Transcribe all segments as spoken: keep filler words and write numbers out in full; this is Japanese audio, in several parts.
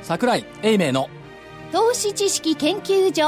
櫻井英明の投資知識研究所。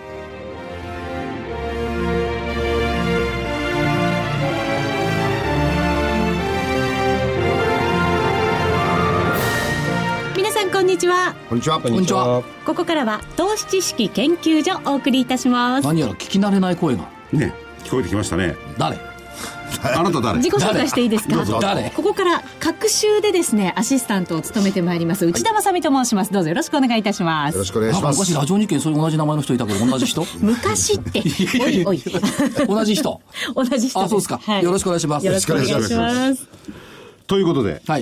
皆さんこんにちは。 こんにちは。 こんにちは。 ここからは投資知識研究所をお送りいたします。 何やら聞き慣れない声がね、聞こえてきましたね。 誰？ あなた誰？ 自己紹介していいですか？ どうぞ。誰？ ここから各週でですねアシスタントを務めてまいります内田まさみと申します。どうぞよろしくお願いいたします。 よろしくお願いします。 昔ラジオ日経そういう同じ名前の人いたけど同じ人？ 昔っておいおい同じ人同じ人です。 あ、そうですか、はい、よろしくお願いします。 よろしくお願いします。 ということで、 はい、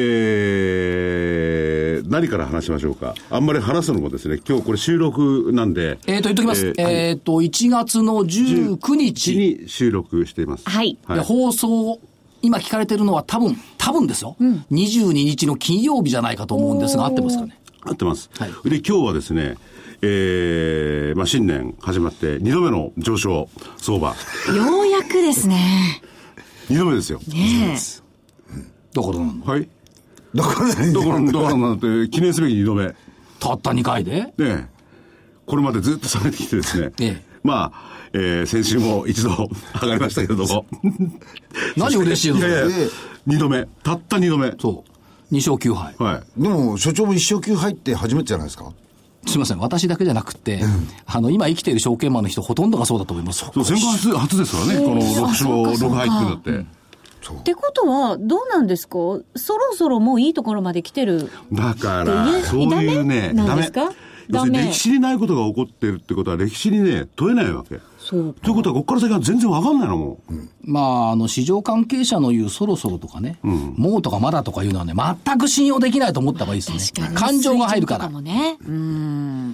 えー、何から話しましょうか。あんまり話すのもですね、今日これ収録なんで、 えーと言っときます。えー、えーといちがつのじゅうくにちに収録しています。 はい。 はい、放送今聞かれてるのは多分多分ですよ、うん、にじゅうににちの金曜日じゃないかと思うんですが、合ってますかね？ 合ってます。 はい、 で今日はですね、えーまあ、新年始まってにどめの上昇相場。 ようやくですね。 にどめですよ。 ねえ。 だからなんだ。 はい。 だからだからだからなんて記念すべきにどめ。 たったにかいで。 ねえ。これまでずっと下げてきてですね。 ええ、 まあ、えー、先週も一度上がりましたけれども。 何嬉しいの？ いやいや、にどめ。たったにどめ。 そう。にしょうきゅうはい。 はい。 でも、所長もいっしょうきゅうはいって初めてじゃないですか？ すいません。私だけじゃなくて、うん、あの、今生きている証券マンの人ほとんどがそうだと思います。 そう、先輩初ですからね。このろく勝ろくはいってなって。うんってことはどうなんですか？そろそろもういいところまで来てる。 だからそういうね、 ダメなんですか？ 要するに歴史にないことが起こってるってことは歴史にね問えないわけ。 そうということはここから先は全然わかんないのもん、うん、 まああの市場関係者の言うそろそろとかね、うん、もうとかまだとかいうのはね全く信用できないと思った方がいいですね。 確かに感情が入るから。 もね、うん。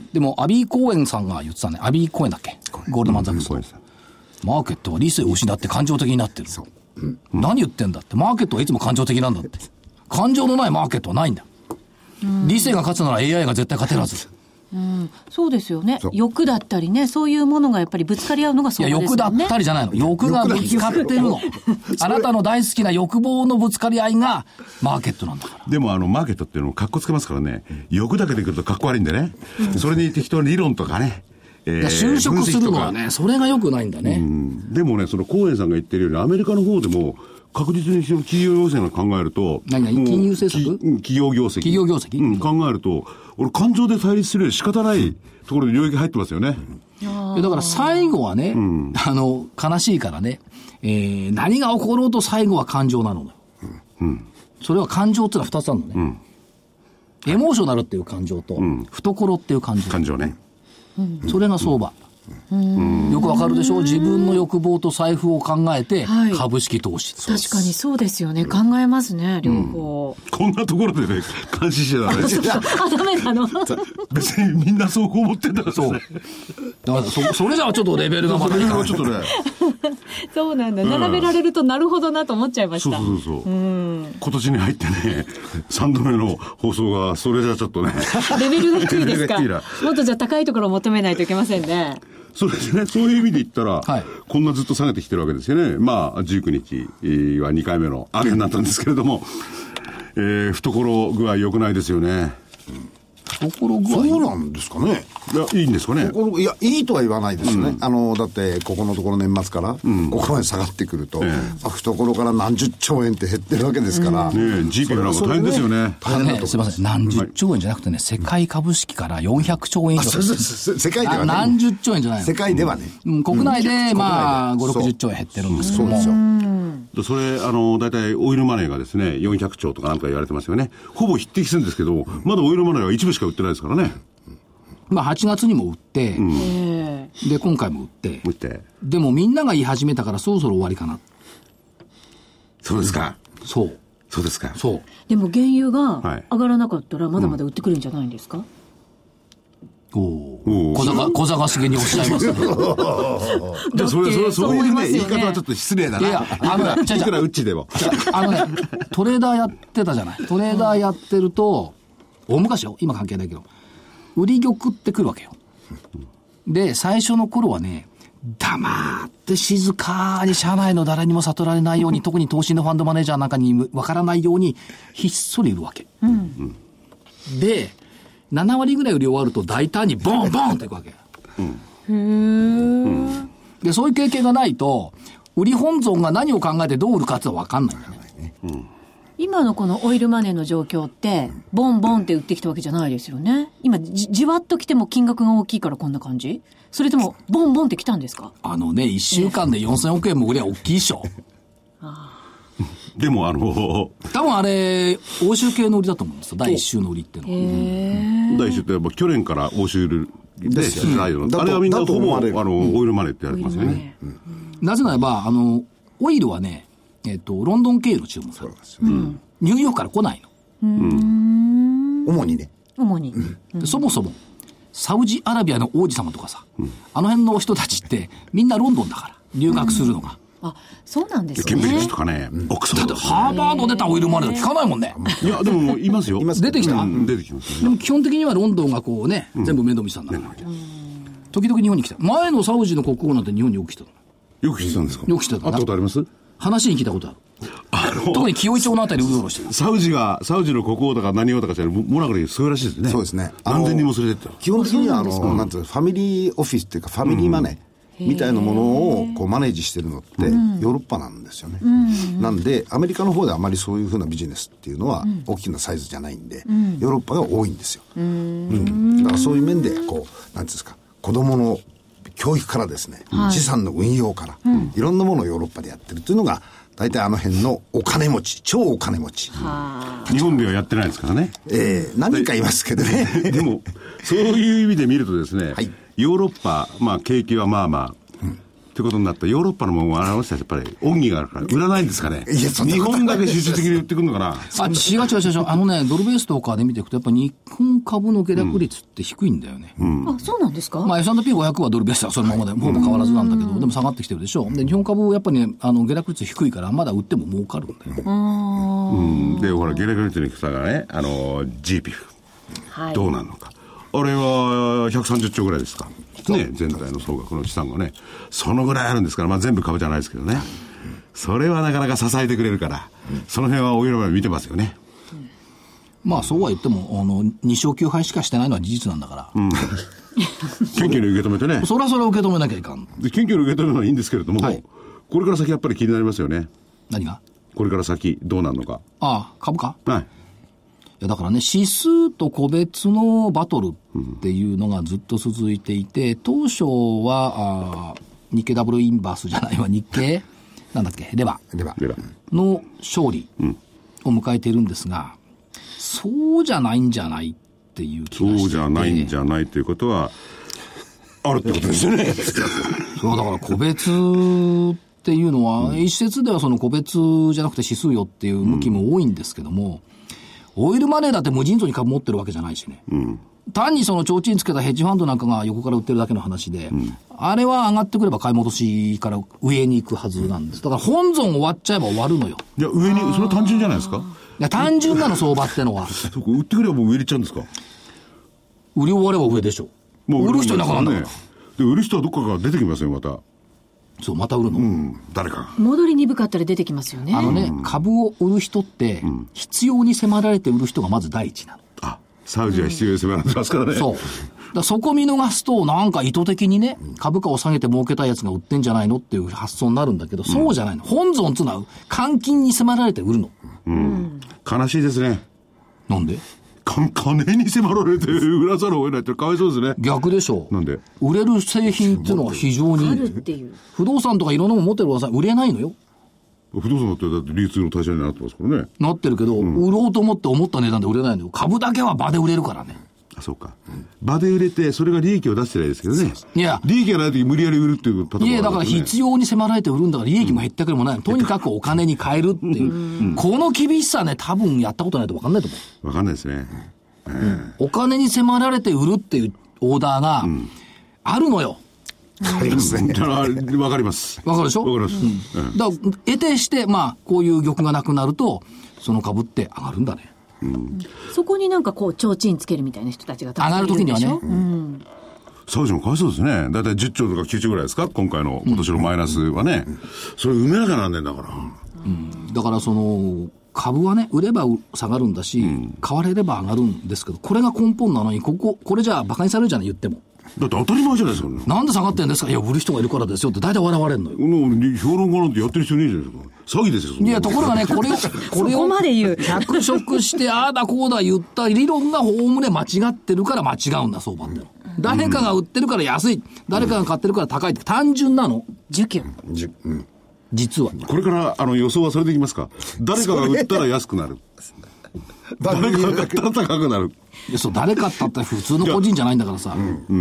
でもアビー・コーエンさんが言ってたね。アビー・コーエンだっけ？ゴールドマンザックス、うん、マーケットは理性を失って感情的になってる。そう、うん、何言ってんだって。マーケットはいつも感情的なんだって。感情のないマーケットはないんだ。うん、理性が勝つなら エーアイ が絶対勝てるはず。 うん、そうですよね。欲だったりね、そういうものがやっぱりぶつかり合うのがそうですよね。 いや、欲だったりじゃないの。欲がぶつかってるの。あなたの大好きな欲望のぶつかり合いがマーケットなんだから。 でもあのマーケットっていうのもカッコつけますからね、欲だけでくるとカッコ悪いんでね、うん、それに適当に理論とかね、 えー、就職するのはね、それが良くないんだね。 うん、でもね、そのコーエンさんが言ってるようにアメリカの方でも確実に企業業績を考えると、 何々金融政策、 企業業績、 企業業績、 うん、考えると、俺感情で対立するより仕方ないところに領域入ってますよね。 うん、だから最後はね、うん、あの悲しいからね、えー、何が起ころうと最後は感情なの、うんうん、それは感情ってのは二つあるのね、うん、エモーショナルっていう感情と、うん、懐っていう感情、 感情ね、 うん、それが相場、うんうん、よくわかるでしょ。自分の欲望と財布を考えて株式投資、 はい、確かにそうですよね。考えますね、両方、 うん、こんなところでね監視してたねあ、ダメなの別にみんなそう思ってんだから、 そうだから そ, それじゃあちょっとレベルがまだいいからちょっとねそうなんだ、並べられるとなるほどなと思っちゃいました。 そうそうそう、うん、今年に入ってねさんどめの放送がそれじゃちょっとねレベルが低いですか。もっとじゃあ高いところを求めないといけませんね。 そうですね。そういう意味で言ったら、はい、こんなずっと下げてきてるわけですよね。まあ、じゅうくにちはにかいめの上げになったんですけれども、えー、懐具合良くないですよね。 懐具合そうなんですかね。 いや、いいんですかね。 いや、いいとは言わないですね。うん、あの、だって、ここのところ年末から、うん、ここまで下がってくると、えー、懐から何十兆円って減ってるわけですから。うん、 ねえ、ジーピー なんか大変ですよね。 大変だと思います。すいません。何十兆円じゃなくてね、世界株式からよんひゃくちょうえん以上。 そうそうそう。世界ではね。 何十兆円じゃないの。 世界ではね。 うん、国内で、まあ、ご、ろくじゅっちょうえん減ってるんですけども。そうですよ。それ、あの、大体オイルマネーがですね、よんひゃくちょうとかなんか言われてますよね。ほぼ匹敵するんですけど、まだオイルマネーは一部しか売ってないですからね。 まあはちがつにも売って、うん、で、今回も売って、売って。でもみんなが言い始めたからそろそろ終わりかな。 そうですか。 そう。 そうですか。 そう。 でも原油が上がらなかったらまだまだ売ってくるんじゃないんですか？ うん、おお。小坂、小坂茂におっしゃいますね。 じゃあそれ、それ、そういうね、言い方はちょっと失礼だな。いや、あの、いくらうっちでも。 あのね、トレーダーやってたじゃない。トレーダーやってると、大昔よ、今関係ないけど、売り玉ってくるわけよ。で、最初の頃はね、黙って静かに社内の誰にも悟られないように、特に投資のファンドマネージャーなんかにわからないように、ひっそりいるわけ。うん、で、 なな割ぐらい売り終わると大胆にボンボンっていくわけ。うん、へー。で、そういう経験がないと、売り本尊が何を考えてどう売るかってのは分かんないんだね。うん、 今のこのオイルマネーの状況って、ボンボンって売ってきたわけじゃないですよね。今じ、じわっと来ても金額が大きいからこんな感じ？それとも、ボンボンって来たんですか？ あのね、いっしゅうかんでよんせんおくえんも売りゃ大きいでしょ。 あでもあの多分あれ欧州系の売りだと思うんですよ、だいいっ週の売りっていうのは。 だいいっ週ってやっぱ去年から欧州でしてないよ、うん、あれはみんなほぼあのオイルマネーってやりますよね、うんうん、 なぜならばあのオイルはね、えー、とロンドン経由の注文されるんですよ、うん、ニューヨークから来ないの、うん、 主にね主に、 うん、そもそもサウジアラビアの王子様とかさ、うん、あの辺の人たちってみんなロンドンだから留学するのが、 うん、あ、そうなんですね。 ケンブリッジとかね、うん、オックスフォード。 だってハーバード出たオイルマネー聞かないもんね。 いや、でもいますよ。 出てきた、 うん、出てきます、ね。 でも基本的にはロンドンがこうね、うん、全部面倒見てたんだから、うん。時々日本に来た。前のサウジの国王なんて日本によく来たの。 よく来てたんですか？ よく来てた。 会ったことあります？ 話に聞いたことある。あの特に紀尾井町のあたりうろうろしてる。 サウジが、サウジの国王とか何王とかじゃない、モナコにすごいらしいですね。 そうですね。 何千人も連れてった。 基本的には、あの、なんていうの、ファミリーオフィスっていうか、ファミリーマネーみたいなものをこうマネージしてるのって、ヨーロッパなんですよね。なんで、アメリカの方であまりそういうふうなビジネスっていうのは、大きなサイズじゃないんで、ヨーロッパが多いんですよ。うん。だからそういう面で、こう、なんていうんですか、子供の教育からですね、資産の運用から、いろんなものをヨーロッパでやってるっていうのが、大体あの辺のお金持ち、超お金持ち。 日本ではやってないですからね。 ええー、何人かいますけどね。 でも、そういう意味で見るとですね、はい、ヨーロッパ、まあ景気はまあまあ、うん、ってことになったヨーロッパのものを表したらやっぱり恩義があるから売らないんですかね。いや、そんな日本だけ集中的に売ってくるのかな。あ、 違う違う違う。あのね、ドルベースとかで見ていくと、やっぱ日本株の下落率って低いんだよね。 うんうん、あ、そうなんですか？ まあ エスアンドピーごひゃく はドルベースはそのままで、ほぼ変わらずなんだけど、でも下がってきてるでしょ。で、日本株やっぱりね、あの下落率低いから、まだ売っても儲かるんだよ。 うん。で、ほら、下落率に差がね、あの、ジーピーエフ、はい、どうなるのか。あれはひゃくさんじゅっちょうぐらいですか。ね、全体の総額の資産がね、そのぐらいあるんですから、まあ全部株じゃないですけどね。それはなかなか支えてくれるから、その辺はお色々見てますよね。 まあそうは言っても、あの、にしょうきゅうはいしかしてないのは事実なんだから。うん。 謙虚に受け止めてね。 そらそら受け止めなきゃいかん。 で、謙虚に受け止めるのはいいんですけれども、はい、これから先やっぱり気になりますよね。 何が？ これから先どうなるのか。 ああ、株価？ はい。 いやだからね、指数と個別のバトルっていうのがずっと続いていて、当初は、あ日経ダブルインバースじゃないわ、日経、なんだっけ、レバレバの勝利を迎えているんですが、そうじゃないんじゃないっていう気がしていて。 そうじゃないんじゃないということは、あるってことですよね。 そう、だから個別っていうのは、うん、一説ではその個別じゃなくて指数よっていう向きも多いんですけども、うん、オイルマネーだって無尽蔵に株持ってるわけじゃないしね。うん、単にその提灯つけたヘッジファンドなんかが横から売ってるだけの話で、うん、あれは上がってくれば買い戻しから上に行くはずなんです。だから本尊終わっちゃえば終わるのよ。 いや、上に、それは単純じゃないですか？ いや、単純なの相場ってのは。 そこ売ってくればもう上に行っちゃうんですか？ 売り終われば上でしょ。もう売る人いなくなるんだから。 で、売る人はどっかから出てきますよ、また。 そう、また売るの。うん、 誰か。 戻り鈍かったら出てきますよね。 あのね、うん、株を売る人って、うん、必要に迫られて売る人がまず第一なの。 あ、サウジは必要に迫られてますからね。 そう。だそこ見逃すと、なんか意図的にね、株価を下げて儲けたいやつが売ってんじゃないのっていう発想になるんだけど、うん、そうじゃないの。本尊つなう、換金に迫られて売るの。 うん。うん、悲しいですね。 なんで？ 金に迫られて売らざるを得ないってかわいそうですね。 逆でしょう。 なんで？ 売れる製品っていうのは非常に。不動産とかいろんなもの持ってるください。売れないのよ。 不動産だってだって流通の対象になってますからね。 なってるけど、うん、売ろうと思って思った値段で売れないのよ。株だけは場で売れるからね。 あ、そうか。うん、場で売れて、それが利益を出してないですけどね。 いや。 利益がないとき無理やり売るっていうパターン、ね。 いや、だから必要に迫られて売るんだから利益も減ったくれもない。うん、とにかくお金に変えるっていう。うん、この厳しさね、多分やったことないと分かんないと思う。分かんないですね。 うん、お金に迫られて売るっていうオーダーがあるのよ。 ありますね。 わかります。 わかるでしょ？ わかります。 うん、だから、得てして、まあ、こういう玉がなくなると、その株って上がるんだね。 うん、そこになんかこう、提灯つけるみたいな人たちがたくさんいるんでしょ？上がるときにはね。うん。 サウジもかわいそうですね。だいたいじゅっちょうとかきゅうちょうぐらいですか？今回の、今年のマイナスはね。うん、それ埋めなきゃなんねんだから。 うん。だからその、 株はね、売れば下がるんだし、うん、買われれば上がるんですけど、これが根本なのに、ここ、これじゃあ馬鹿にされるじゃない、言っても。 だって当たり前じゃないですかね。 なんで下がってんですか。いや、売る人がいるからですよって大体笑われるのよ。 評論家なんてやってる人いねえじゃないですか。詐欺ですよ。 いや、ところがね、これを、これを、脚色して、ああだこうだ言った理論がおおむね間違ってるから間違うんだ、相場って。誰かが売ってるから安い。誰かが買ってるから高いって単純なの。 需給。 うん。 実は。 これから、あの、予想はそれでいきますか。誰かが売ったら安くなる。誰かが買ったら高くなる。 いや、そう、誰かったって普通の個人じゃないんだからさ。うん。うん、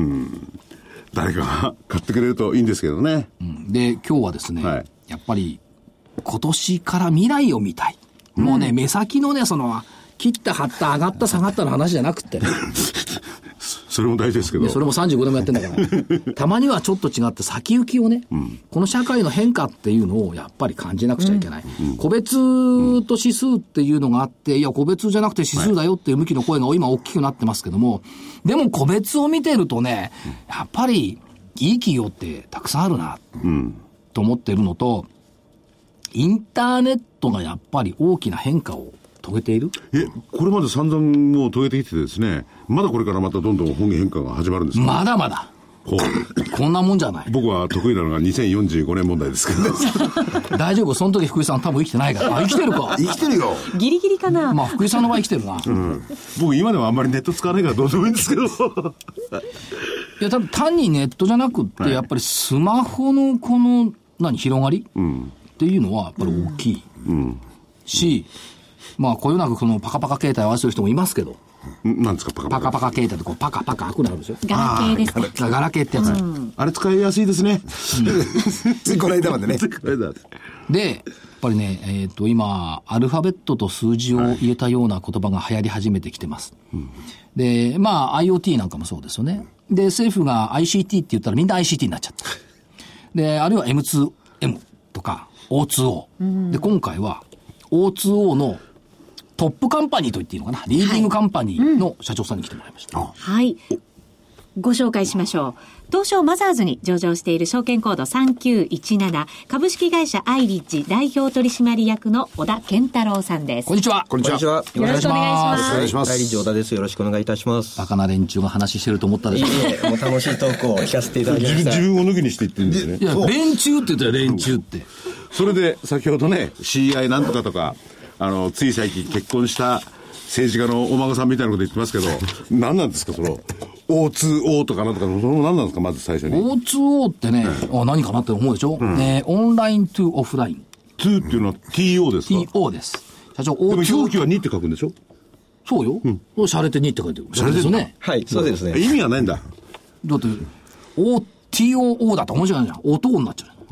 誰かが買ってくれるといいんですけどね。 うん、で、今日はですね、はい、やっぱり、今年から未来を見たい。もうね、うん、目先のね、その、切った張った上がった下がったの話じゃなくてね。 それも大事ですけど。 それもさんじゅうごねんもやってんだから。たまにはちょっと違って先行きをね、うん、この社会の変化っていうのをやっぱり感じなくちゃいけない。うん、個別と指数っていうのがあって、いや、個別じゃなくて指数だよっていう向きの声が今大きくなってますけども、でも個別を見てるとね、やっぱりいい企業ってたくさんあるな、と思ってるのと、インターネットがやっぱり大きな変化を遂げている。 え、これまで散々もう遂げてきてですね、まだこれからまたどんどん本気変化が始まるんですか。 まだまだ。ここんなもんじゃない。 僕は得意なのがにせんよんじゅうごねん問題ですけど。 大丈夫。その時福井さん多分生きてないから。あ、生きてるか。 生きてるよ。 ギリギリかな。 まあ福井さんの場合生きてるな。 うん、僕今でもあんまりネット使わないからどうでもいいんですけど。いや、多分単にネットじゃなくって、はい、やっぱりスマホのこの、何、広がり、うん、っていうのはやっぱり大きい。うん、し、まあ、こよなくこのパカパカ携帯を合わせる人もいますけど。 なんですか、パカパカ。 パカパカ携帯ってこうパカパカ開くのあるでしょ。 ガラケーですね。 ガラケーってやつ、うん。 あれ使いやすいですね。 ついこの間までね。 で、やっぱりね、えっと、今、アルファベットと数字を入れたような言葉が流行り始めてきてます。はい、で、まあ、IoT なんかもそうですよね。で、政府が アイシーティー って言ったらみんな アイシーティー になっちゃった。で、あるいは エムツーエム とか オーツーオー、うん。で、今回は オーツーオー のトップカンパニーと言っていいのかな、リーディングカンパニーの社長さんに来てもらいました。 はい。はい、ご紹介しましょう。東証マザーズに上場している証券コードさんきゅういちなな株式会社アイリッジ代表取締役の小田健太郎さんです。 こんにちは。 こんにちは。 よろしくお願いします。 お願いします。 アイリッジ小田です。よろしくお願いいたします。 バカな連中が話してると思ったでしょ。 いえいえ、もう楽しいトークを聞かせていただきました。 自分を抜きにしていってるんですね。 いや、連中って言ったら連中って。 それで先ほどね、シーアイ なんとかとか、あの、つい最近結婚した政治家のお孫さんみたいなこと言ってますけど、何なんですか、その、オーツーオー とかなんとか、その何なんですか、まず最初に。 オーツーオー ってね、うん、あ何かなって思うでしょ、うんえー、オンライントゥオフライン。 ツーっていうのは ティーオー ですか？ ティーオー です。社長、 オーツーオー。でも表記はにって書くんでしょ？ そうよ。うん。シャレてにって書いてる。シャレですよね。 はい、そうですね。 意味はないんだ。 だって、オーティーオーオー だと面白いじゃん。音になっちゃう。 うん。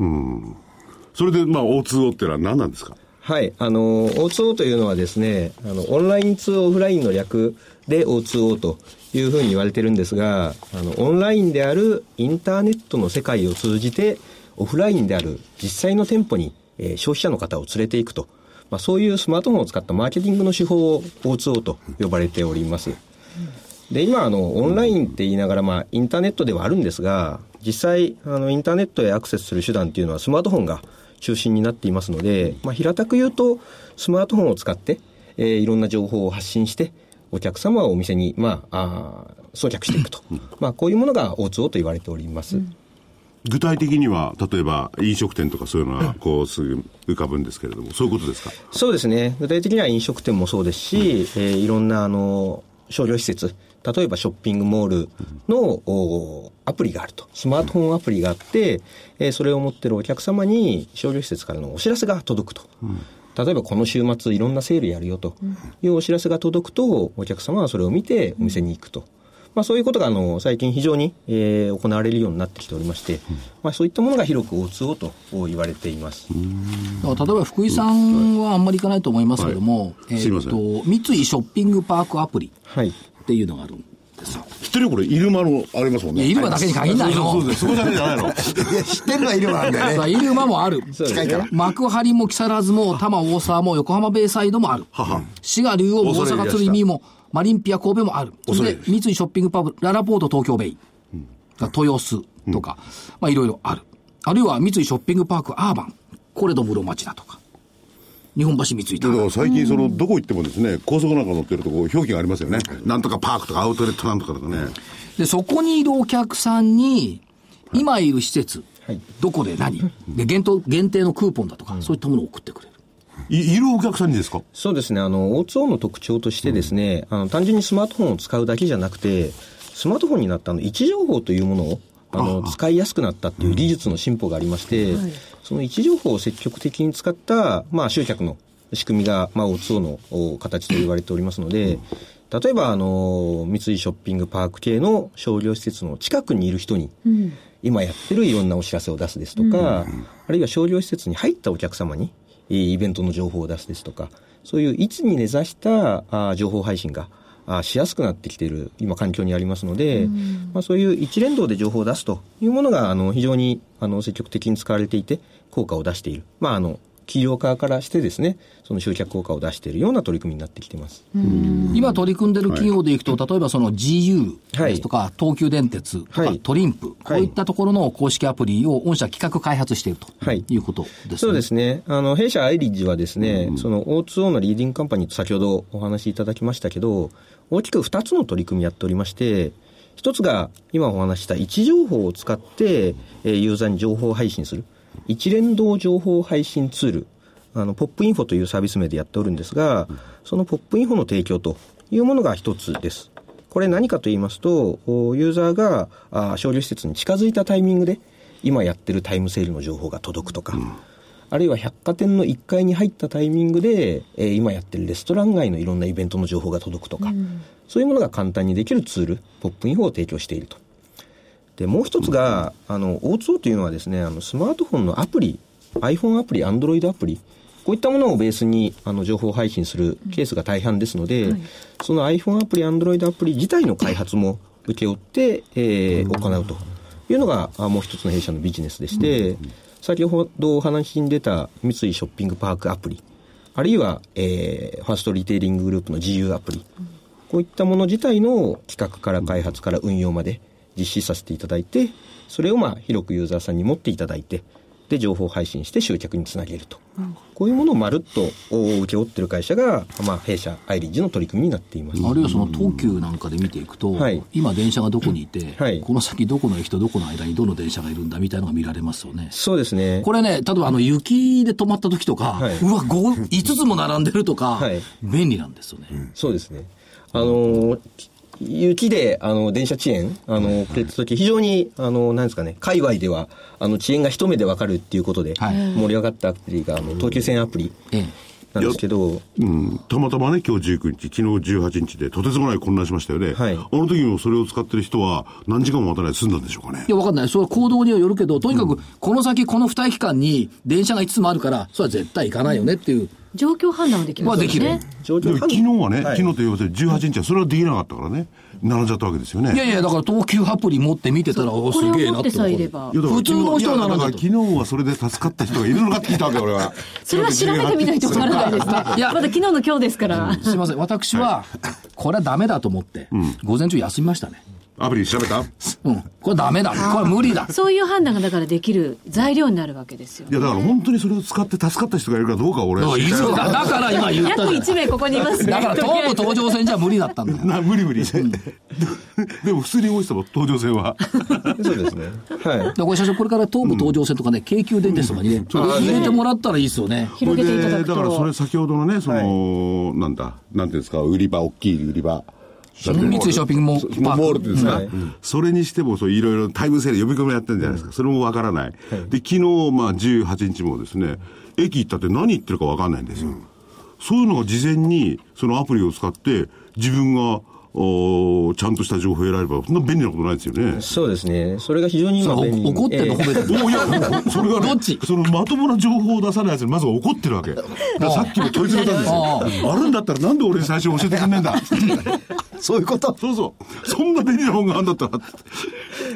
それで、まあ、オーツーオー っていうのは何なんですか？ はい、あの オーツーオー というのはですね、あのオンラインツーオフラインの略で オーツーオー というふうに言われてるんですが、あのオンラインであるインターネットの世界を通じてオフラインである実際の店舗に、えー、消費者の方を連れていくと、まあ、そういうスマートフォンを使ったマーケティングの手法を オーツーオー と呼ばれております。で、今あのオンラインって言いながら、まあ、インターネットではあるんですが、実際あのインターネットへアクセスする手段っていうのはスマートフォンが中心になっていますので、まあ、平たく言うとスマートフォンを使って、えー、いろんな情報を発信してお客様をお店に、まあ、あ送客していくと、まあ、こういうものが オーツーオー と言われております、うん、 具体的には例えば飲食店とかそういうのはこうすぐ浮かぶんですけれども、そういうことですか？ そうですね。具体的には飲食店もそうですし、うんえー、いろんなあの商業施設、例えばショッピングモールのアプリがあると、スマートフォンアプリがあって、えー、それを持っているお客様に商業施設からのお知らせが届くと、うん、例えばこの週末いろんなセールやるよというお知らせが届くと、お客様はそれを見てお店に行くと、まあ、そういうことがあの最近非常に、えー、行われるようになってきておりまして、うんまあ、そういったものが広く オーツーオー と言われています。 だから例えば福井さんはあんまりいかないと思いますけども、はいえー、と三井ショッピングパークアプリっていうのがあるんですよ。 知ってるよ、これイルマのありますもんね。 イルマだけに限らないの。 そうそうそう、そこだけじゃないの。いや、 知ってるのはイルマなんだよね。 イルマもある。 近いから。 幕張も木更津も多摩大沢も横浜ベイサイドもある。はは滋賀竜王も大阪鶴見もマリンピア神戸もある。それで三井ショッピングパブララポート東京ベイが豊洲とか、うん、まあいろいろある。あるいは三井ショッピングパークアーバン、これど室町だとか。 日本橋三井だから最近その、どこ行ってもですね、高速なんか乗ってるとこ表記がありますよね。なんとかパークとかアウトレットなんとかとかね。 で、そこにいるお客さんに、今いる施設、 はい、 どこで何で限定、限定のクーポンだとか、うん、そういったものを送ってくれる。 い, いるお客さんにですか？ そうですね。あの、オーツーオー の特徴としてですね、うん、あの、単純にスマートフォンを使うだけじゃなくて、スマートフォンになったあの位置情報というものをあの使いやすくなったっていう技術の進歩がありまして、うんはい、その位置情報を積極的に使った、まあ、集客の仕組みが、まあ、オーツーオー の形と言われておりますので、うん、例えば、あの、三井ショッピングパーク系の商業施設の近くにいる人に、うん、今やってるいろんなお知らせを出すですとか、うん、あるいは商業施設に入ったお客様に、イベントの情報を出すですとか、そういう位置に根ざしたあ情報配信があしやすくなってきている今環境にありますので、うん、まあ、そういう一連動で情報を出すというものがあの非常にあの積極的に使われていて効果を出している。まああの企業側からしてですね、その集客効果を出しているような取り組みになってきています。 今取り組んでいる企業でいくと、はい、例えばその ジーユー ですとか、はい、東急電鉄とか、はい、トリンプ、こういったところの公式アプリを御社企画開発しているということですね。 そうですね。あの弊社アイリッジはですね、うん、その オーツーオー のリーディングカンパニーと先ほどお話しいただきましたけど、大きくふたつの取り組みやっておりまして、一つが今お話した位置情報を使ってユーザーに情報を配信する一連動情報配信ツール、あのポップインフォというサービス名でやっておるんですが、そのポップインフォの提供というものが一つです。これ何かと言いますと、ユーザーがあ商業施設に近づいたタイミングで今やってるタイムセールの情報が届くとか、うん、あるいは百貨店のいっかいに入ったタイミングで、えー、今やってるレストラン街のいろんなイベントの情報が届くとか、うん、そういうものが簡単にできるツール、ポップインフォを提供していると。で、もう一つが、あの オーツーオー というのはですね、あのスマートフォンのアプリ、iPhone アプリ、Android アプリ、こういったものをベースにあの情報配信するケースが大半ですので、うんはい、その iPhone アプリ、Android アプリ自体の開発も請け負って、えー、行うというのがもう一つの弊社のビジネスでして、うん、先ほどお話に出た三井ショッピングパークアプリ、あるいは、えー、ファーストリテイリンググループの ジーユー アプリ、うん、こういったもの自体の企画から開発から運用まで実施させていただいて、それをまあ広くユーザーさんに持っていただいて、で情報配信して集客につなげると、うん、こういうものをまるっと請け負っている会社が、まあ、弊社アイリッジの取り組みになっています。 あるいはその東急なんかで見ていくと、はい、今電車がどこにいて、はい、この先どこの駅とどこの間にどの電車がいるんだみたいなのが見られますよね。 そうですね。 これね、例えばあの雪で止まった時とか、はい、うわいつつも並んでるとか、はい、便利なんですよね、うん、 そうですね。あのー雪で、あの、電車遅延、あの、遅れたとき、非常に、あの、なんですかね、界隈では、あの、遅延が一目でわかるっていうことで、はい、盛り上がったアプリが、あの、東急線アプリなんですけど、 うん、たまたまね、今日じゅうくにち、昨日じゅうはちにちで、とてつもない混乱しましたよね。はい。あの時もそれを使ってる人は、何時間も待たないで済んだんでしょうかね。 いや、わかんない。それは行動にはよるけど、とにかく、この先、この二駅間に、電車がいつつもあるから、それは絶対行かないよねっていう。 状況判断はできますよね。はできる。 状況判断。昨日はね、はい、昨日ということでじゅうはちにちはそれはできなかったからね、並んじゃったわけですよね。 いやいや、だから東急アプリ持って見てたら、おすげえなって。 これを持ってさえいれば。 普通の人は並んじゃった。 昨日はそれで助かった人がいるのかって聞いたわけ、俺は。 それは調べてみないとわからないですね。いや、まだ昨日の今日ですから。 うん、すいません。私は、これはダメだと思って、うん、午前中休みましたね。 アプリ調べた？ うん。これダメだ。これ無理だ。 そういう判断がだからできる材料になるわけですよ、ね。 いや、だから本当にそれを使って助かった人がいるかどうか俺は知らない。 だから今言ったじゃん。 約いち名ここにいますね。 だから東武東上線じゃ無理だったんだよ。 な無理無理。でも普通に動いてたもん、東上線は。 そうですね。はい。 これ社長、これから東武東上線とかね、京急電鉄とかにね、それ入れてもらったらいいですよね。 広げていただくと。 だからそれ先ほどのね、その、なんだ、なんていうんですか、売り場、大きい売り場。 三井ショッピングモールモールってですか、うん、それにしてもそういろいろタイムセール呼び込みやってるんじゃないですか、うん、それもわからない、うん、で昨日まあじゅうはちにちもですね、駅行ったって何言ってるかわかんないんですよ、うん、そういうのが事前にそのアプリを使って自分がおちゃんとした情報を得られればそんな便利なことないですよね。 そうですね。それが非常に今便利。 怒ってるの褒めてる。 おいや、それがどっちそのまともな情報を出さないやつにまずは怒ってるわけ。だからさっきも問い詰めたんですよ。あるんだったらなんで俺に最初教えてくんねえんだ。 そういうこと。 そうそう。そんな便利な本があるんだったら。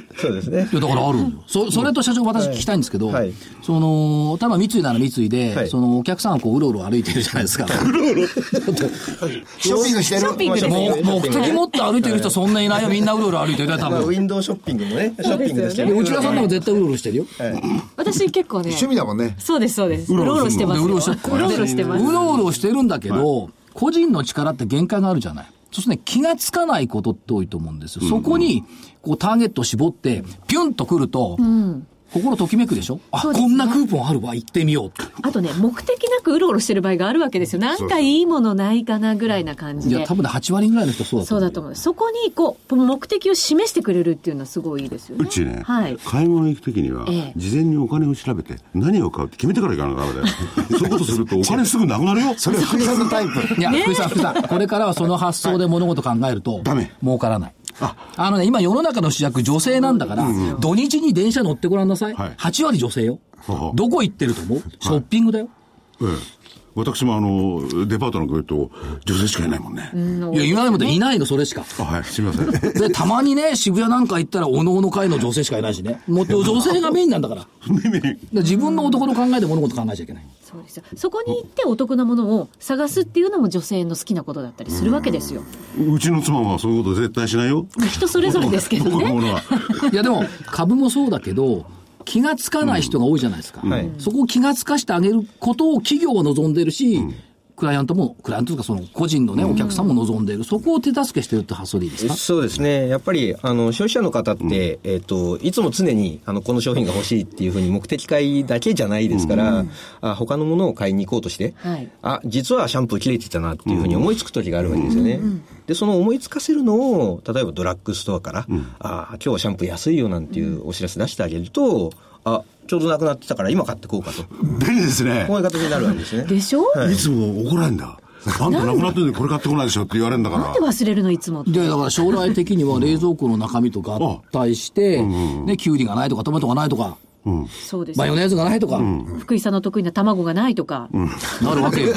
そうですね。 いや、だからあるんよ。そ、それと社長私聞きたいんですけど、はいはい、その、例えば三井なら三井で、はい、そのお客さんはこう、うろうろ歩いてるじゃないですか。うろうろショッピングしてる。 ショッピングですね。 目的持って歩いてる人そんないないよ。みんなうろうろ歩いてるよ、多分。まあ、 ウィンドウショッピングもね、ショッピングですけど。 内田さんでも絶対うろうろしてるよ。 はい、私結構ね。 趣味だもんね。 そうです、そうです。うろうろしてます。うろうろしてます。 うろうろしてるんだけど、個人の力って限界があるじゃない。そうするとね、気がつかないことって多いと思うんですよ。そこに、こう、ターゲットを絞って、ピュンと来ると、うん、心ときめくでしょ。あ、ね、こんなクーポンあるわ、行ってみようって。 あとね、目的なくうろうろしてる場合があるわけですよ。なんかいいものないかなぐらいな感じで。 いや、多分ね、はち割ぐらいの人そうだと思う。 そうだと思う。そこに、こう、目的を示してくれるっていうのはすごいいいですよね。 うちね、 はい、 買い物行くときには、ええ、事前にお金を調べて、何を買うって決めてから行かなきゃダメだよ。そういうことすると、お金すぐなくなるよ。 それは福井さんのタイプ。 いや、福井さん、福井さん、これからはその発想で物事考えると、ダメ。儲からない。あ, あのね、今世の中の主役女性なんだから、うんうん、土日に電車乗ってごらんなさい。はい、はち割女性よ。はどこ行ってると思う、はい、ショッピングだよ。 ええ、私もあの、デパートなんか言うと、女性しかいないもんね。 いや、今までいないの、それしか。 あ、はい、すみません。 で、たまにね、渋谷なんか行ったら、おのおの会の女性しかいないしね。もっと女性がメインなんだから。自分の男の考えで物事考えちゃいけない。 そうですよ。そこに行ってお得なものを探すっていうのも女性の好きなことだったりするわけですよ。 う, うちの妻はそういうこと絶対しないよ。 人それぞれですけどね。 いやでも株もそうだけど、気がつかない人が多いじゃないですか。うんはい、そこを気がつかしてあげることを企業は望んでるし、うん、クライアントも、クライアントとかその個人のね、お客さんも望んでいる。そこを手助けしてるって発想でいいですか？ そうですね。やっぱり、あの、消費者の方って、うん、えっと、いつも常に、あの、この商品が欲しいっていうふうに目的買いだけじゃないですから、うん、あ他のものを買いに行こうとして、はい、あ、実はシャンプー切れてたなっていうふうに思いつく時があるわけですよね。うんうん、で、その思いつかせるのを、例えばドラッグストアから、うん、あ、今日はシャンプー安いよなんていうお知らせ出してあげると、あ、ちょうどなくなってたから今買ってこうかと。 便利ですね。 こういう形になるわけですね。 でしょ、 はい、いつも怒られるんだ。あんたなくなってるんでこれ買ってこないでしょって言われるんだから。 なんで忘れるのいつもって。 いや、だから将来的には冷蔵庫の中身と合体して、うん、ね、キュウリがないとかトマトがないとか、 うん、そうです。 マヨネーズがないとか、うん、 福井さんの得意な卵がないとか、 うん、なるわけよ。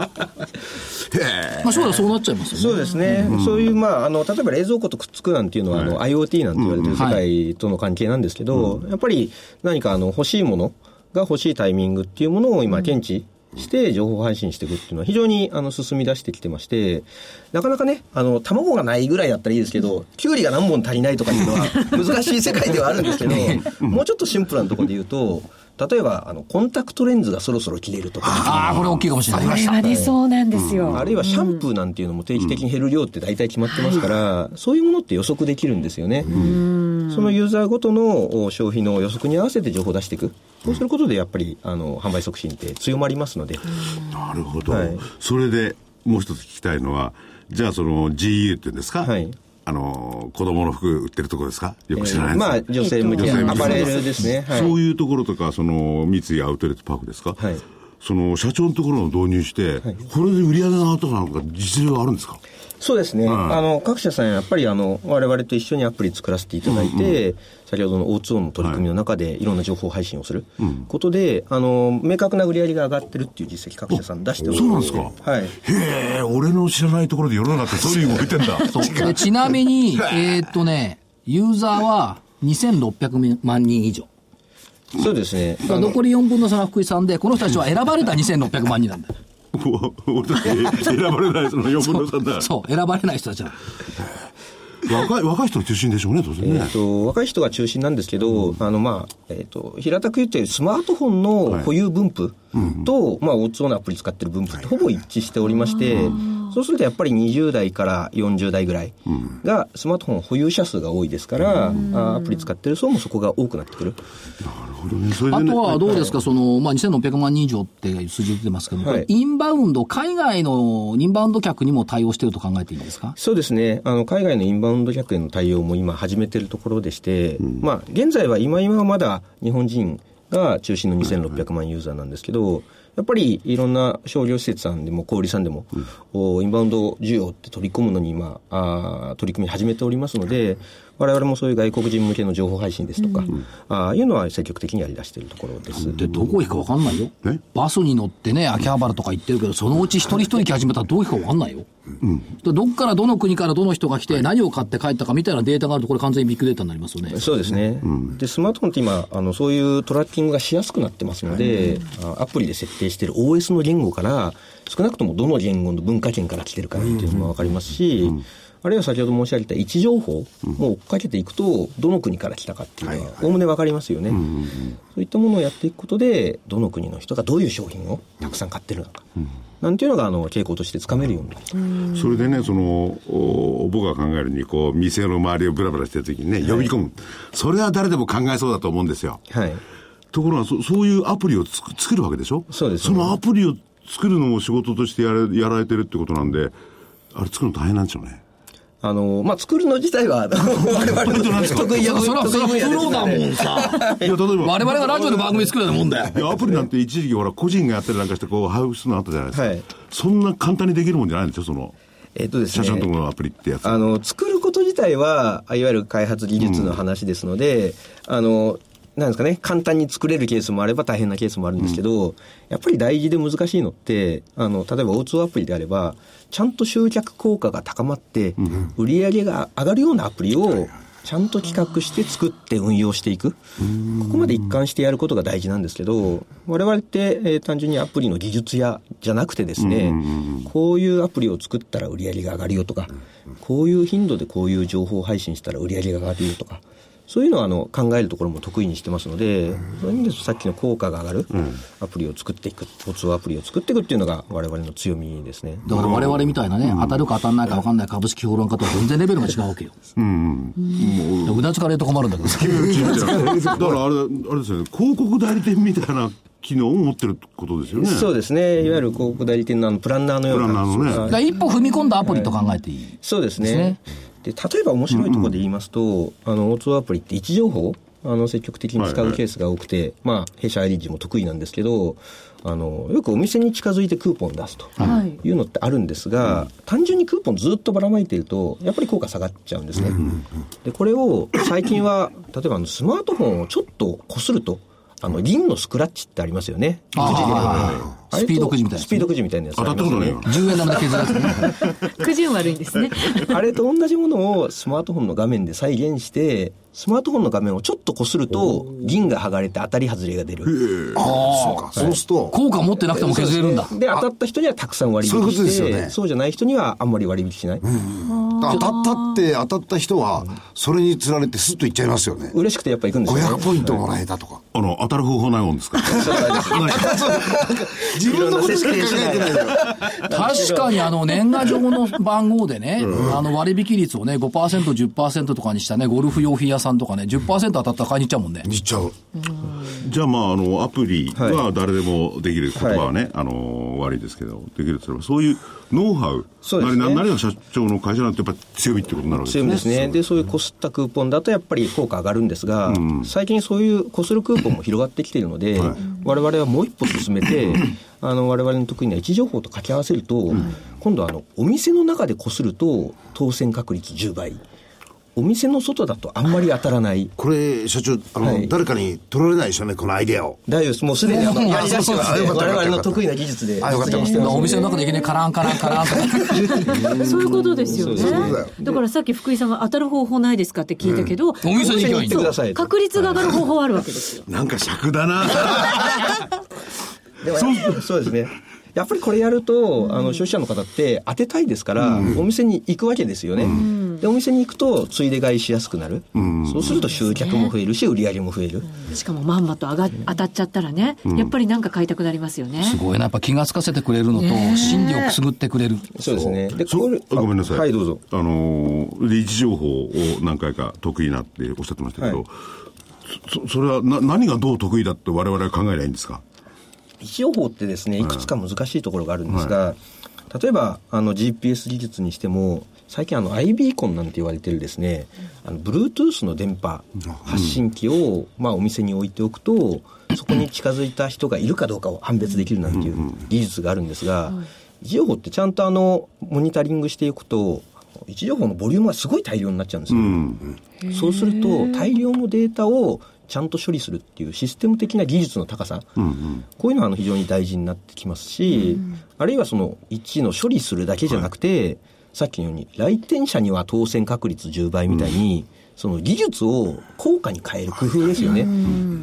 まあ将来そうなっちゃいますよね。 そうですね。うん、そういう、まあ、あの、例えば冷蔵庫とくっつくなんていうのは、はい、あの、IoT なんて言われてる世界との関係なんですけど、うん、やっぱり何かあの、欲しいものが欲しいタイミングっていうものを今、検知、して情報発信していくっていうのは非常にあの進み出してきてまして、なかなかね、あの卵がないぐらいだったらいいですけど、キュウリが何本足りないとかいうのは難しい世界ではあるんですけど、もうちょっとシンプルなところで言うと、例えばあのコンタクトレンズがそろそろ切れるとか、 ああこれ大きいかもしれない。これはね、そうなんですよ、 うん、あるいはシャンプーなんていうのも定期的に減る量って大体決まってますから、うん、そういうものって予測できるんですよね。うん、そのユーザーごとの消費の予測に合わせて情報を出していく。そうすることでやっぱりあの販売促進って強まりますので。 なるほど、はい、それでもう一つ聞きたいのは、じゃあその ジーイーユー っていうんですか、はい、あの子供の服売ってるところですか、よく知らないです、えー、 まあ女性向けアパレルですね、 はい、そういうところとか、その三井アウトレットパークですか、はい、その社長のところを導入して、はい、これで売り上げが上がったかなんか実例はあるんですか？ そうですね、はい、あの各社さんやっぱりあの我々と一緒にアプリ作らせていただいて、うんうん、先ほどの オーツーオー の取り組みの中でいろんな情報配信をすることで、はい、あの明確な売り上げが上がってるっていう実績各社さん出しております。 そうなんですか、はい、へえ、俺の知らないところで世の中ってそういう動いてんだ。 そうちなみにえーっとねユーザーはにせんろっぴゃくまんにん以上。 そうですね。 残りよんぶんのさんは福井さんで、この人たちは選ばれたにせんろっぴゃくまんにんなんだよ。 俺たち選ばれないそのよんぶんのさんだ。 そう、選ばれない人たちは。 若い、若い人が中心でしょうね、当然ね。 えーと、若い人が中心なんですけど、うん、あの、まあ、えっ、ー、と、平たく言ってスマートフォンの保有分布と、はい、まあ、オーツーオー のアプリ使ってる分布ってほぼ一致しておりまして、そうするとやっぱりにじゅう代からよんじゅう代ぐらいがスマートフォン保有者数が多いですから、うん、アプリ使ってる層もそこが多くなってくる。 なるほどね。それでね、 あとはどうですか、はい、その、まあ、にせんろっぴゃくまんにん以上って数字出てますけど、はい、インバウンド、海外のインバウンド客にも対応していると考えていいんですか？ そうですね。あの、海外のインバウンド客への対応も今始めているところでして、うん、まあ、現在は今今はまだ日本人が中心のにせんろっぴゃくまんユーザーなんですけど、はいはい、やっぱりいろんな商業施設さんでも小売さんでも、うん、インバウンド需要って取り込むのに今あ取り組み始めておりますので、 我々もそういう外国人向けの情報配信ですとか、うん、ああいうのは積極的にやり出しているところです。 で、どこ行くか分かんないよ。バスに乗ってね、秋葉原とか行ってるけど、そのうち一人一人来始めたらどう行くか分かんないよ。うん、どっからどの国からどの人が来て何を買って帰ったかみたいなデータがあると、これ完全にビッグデータになりますよね。 そうですね。うん、で、スマートフォンって今、あの、そういうトラッキングがしやすくなってますので、うん、アプリで設定している オーエス の言語から、少なくともどの言語の文化圏から来てるかっていうのも分かりますし、うんうん、あるいは先ほど申し上げた位置情報も追っかけていくと、どの国から来たかっていうのはおおむね分かりますよね、うんうんうん、そういったものをやっていくことで、どの国の人がどういう商品をたくさん買ってるのか、うん、なんていうのがあの傾向としてつかめるようになる、 うん、それでね、その僕が考えるにこう店の周りをブラブラしてる時にね、呼び込む、はい、それは誰でも考えそうだと思うんですよ、はい、ところが そ, そういうアプリをつく作るわけでしょ。 そうです、 ね、そのアプリを作るのも仕事としてや ら, やられてるってことなんで、あれ作るの大変なんでしょうね。 あの、まあ、作るの自体は、我々の得意やそれは、それはプロだもんさ。いや、例えば。我々がラジオの番組作るようなもんだよ。 いや、アプリなんて一時期ほら、個人がやったりなんかして、こう、配布するのあったじゃないですか。はい。そんな簡単にできるもんじゃないんですよ、その。 えっとですね。 社長のところのアプリってやつ。 あの、作ること自体は、いわゆる開発技術の話ですので、うん、あの、なんですかね、簡単に作れるケースもあれば大変なケースもあるんですけど、うん、やっぱり大事で難しいのって、あの、例えば オーツー アプリであれば、ちゃんと集客効果が高まって、うん、売り上げが上がるようなアプリをちゃんと企画して作って運用していく。ここまで一貫してやることが大事なんですけど、我々って、えー、単純にアプリの技術やじゃなくてですね、こういうアプリを作ったら売り上げが上がるよとか、こういう頻度でこういう情報配信したら売り上げが上がるよとか、そういうのはあの考えるところも得意にしてますので、うん、そういう意味でさっきの効果が上がるアプリを作っていく、オーツーアプリを作っていくっていうのが我々の強みですね。 だから我々みたいなね、うん、当たるか当たらないか分かんない株式評論家とは全然レベルが違うわけよ。うん。うん、うなつかれると困るんだけど。だからあれ、あれですよね、広告代理店みたいな機能を持ってることですよね。 そうですね。いわゆる広告代理店のあのプランナーのような。 プランナーのね。 だから一歩踏み込んだアプリと考えていい、はい、 そうですね。で例えば面白いところで言いますと、うんうん、あの オーツー アプリって位置情報あの積極的に使うケースが多くて、はいはい、まあ弊社アイリッジも得意なんですけど、あのよくお店に近づいてクーポン出すというのってあるんですが、はい、単純にクーポンずっとばらまいているとやっぱり効果下がっちゃうんですね、うんうんうん、でこれを最近は例えばあのスマートフォンをちょっとこするとあの銀のスクラッチってありますよね。 ああスピードくじみたいな、ね、 スピードくじみたいなやつ当たったことないよ。 じゅうえん玉で削られてね。 くじ運悪いんですね。 あれと同じものをスマートフォンの画面で再現して、スマートフォンの画面をちょっとこすると銀が剥がれて当たり外れが出る。 ああ、そうか。そうすると効果持ってなくても削れるんだ。 で、当たった人にはたくさん割引して、そういうことですよね。そうじゃない人にはあんまり割引しない。うん、 当たったって当たった人はそれにつられてスッといっちゃいますよね。 嬉しくてやっぱ行くんですよね。 ごひゃくポイントもらえたとか。 あの当たる方法ないもんですか。 自分のことしか考えてないよ。 確かにあの年賀状の番号でね、うん、あの割引率をね ごパーセント、じゅっパーセント とかにしたねゴルフ用品屋さんとかね じゅっパーセント 当たったら買いに行っちゃうもんね。 行っちゃう。 じゃあまああのアプリは誰でもできる、言葉はね、はい、あの悪いですけどできるとすればそういうノウハウ、そうですね、何が社長の会社なんてやっぱ強みってことになるわけですね。 強みですね。でそういうこすったクーポンだとやっぱり効果上がるんですが、うん、最近そういうこするクーポンも広がってきているので、はい、我々はもう一歩進めてあの我々の得意な位置情報と掛け合わせると、うん、今度はあのお店の中でこすると当選確率じゅうばい、お店の外だとあんまり当たらない。 これ社長あの、はい、誰かに取られないでしょうねこのアイデアを。 大丈夫です。もうすでにあのやりだしてますね。我々の得意な技術で。 あよかったますね。お店の中でいきなりカランカランカランとかそういうことですよね。そういうことだよ。だからさっき福井さんが当たる方法ないですかって聞いたけど、うん、 お店に行ってください。 確率が上がる方法あるわけですよ。 なんか尺だな。 でもそうそうですね。やっぱりこれやると、うん、あの消費者の方って当てたいですから、うん、お店に行くわけですよね、うん、でお店に行くとついで買いしやすくなる、うん、そうすると集客も増えるし売り上げも増える、 うん、しかもまんまと上が当たっちゃったらね、うん、やっぱりなんか買いたくなりますよね。 すごいな。やっぱ気がつかせてくれるのと、ね、心理をくすぐってくれる。 そうですね。でこれごめんなさい、 はいどうぞ。 あのー、位置情報を何回か得意なっておっしゃってましたけど、はい、そ, それはな何がどう得意だって我々は考えないんですか。 位置情報ってですねいくつか難しいところがあるんですが、はい、例えばあの ジーピーエス 技術にしても最近あの アイビーコンなんて言われてるですね、あの Bluetooth の電波発信機を、まあ、お店に置いておくとそこに近づいた人がいるかどうかを判別できるなんていう技術があるんですが、位置情報ってちゃんとあのモニタリングしていくと位置情報のボリュームがすごい大量になっちゃうんですよ、うん、そうすると大量のデータをちゃんと処理するっていうシステム的な技術の高さ、うんうん、こういうのはあの非常に大事になってきますし、うん、あるいはその位置の処理するだけじゃなくて、はい、さっきのように来店者には当選確率じゅうばいみたいに、うん、その技術を効果に変える工夫ですよね、うん、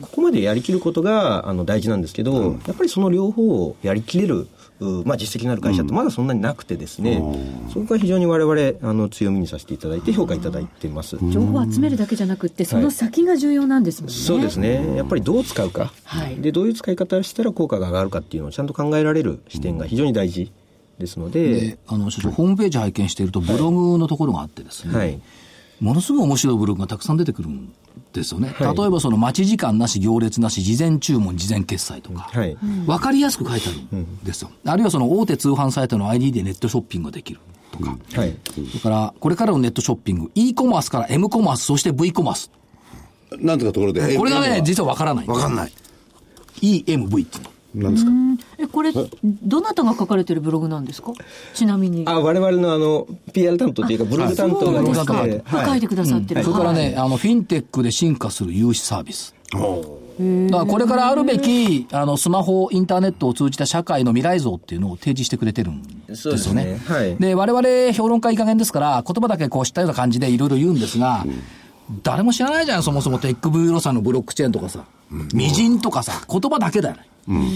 ここまでやりきることがあの大事なんですけど、うん、やっぱりその両方をやりきれるまあ、実績のある会社ってまだそんなになくてですね、うん、そこが非常に我々あの強みにさせていただいて評価いただいてます。 情報を集めるだけじゃなくってその先が重要なんですもんね、はい、 そうですね。やっぱりどう使うか、はい、でどういう使い方をしたら効果が上がるかっていうのをちゃんと考えられる視点が非常に大事ですので、 であの所長ホームページ拝見しているとブログのところがあってですね、はい、ものすごい面白いブログがたくさん出てくるんですよね、はい、例えばその待ち時間なし行列なし事前注文事前決済とか、はい、分かりやすく書いてあるんですよ、うん、あるいはその大手通販サイトの アイディー でネットショッピングができるとか、うんはい、それからこれからのネットショッピング e コマースから M コマースそして V コマースなんとかところでこれがね実は分からない分かんないイーエムブイ っていうの何ですか。 えこれどなたが書かれてるブログなんですか。ちなみにあ我々のあの ピーアール 担当というかブログ担当がいまして、はいはい、書いてくださってる、 うん、それからね、はい、あのフィンテックで進化する融資サービス、だからこれからあるべきあのスマホインターネットを通じた社会の未来像っていうのを提示してくれてるんですよね。そうですね、はい、で我々評論家いい加減ですから言葉だけこう知ったような感じでいろいろ言うんですが、うん、誰も知らないじゃんそもそもテックブユーロさんのブロックチェーンとかさ、うん、ミジンとかさ言葉だけだよね、うんうん、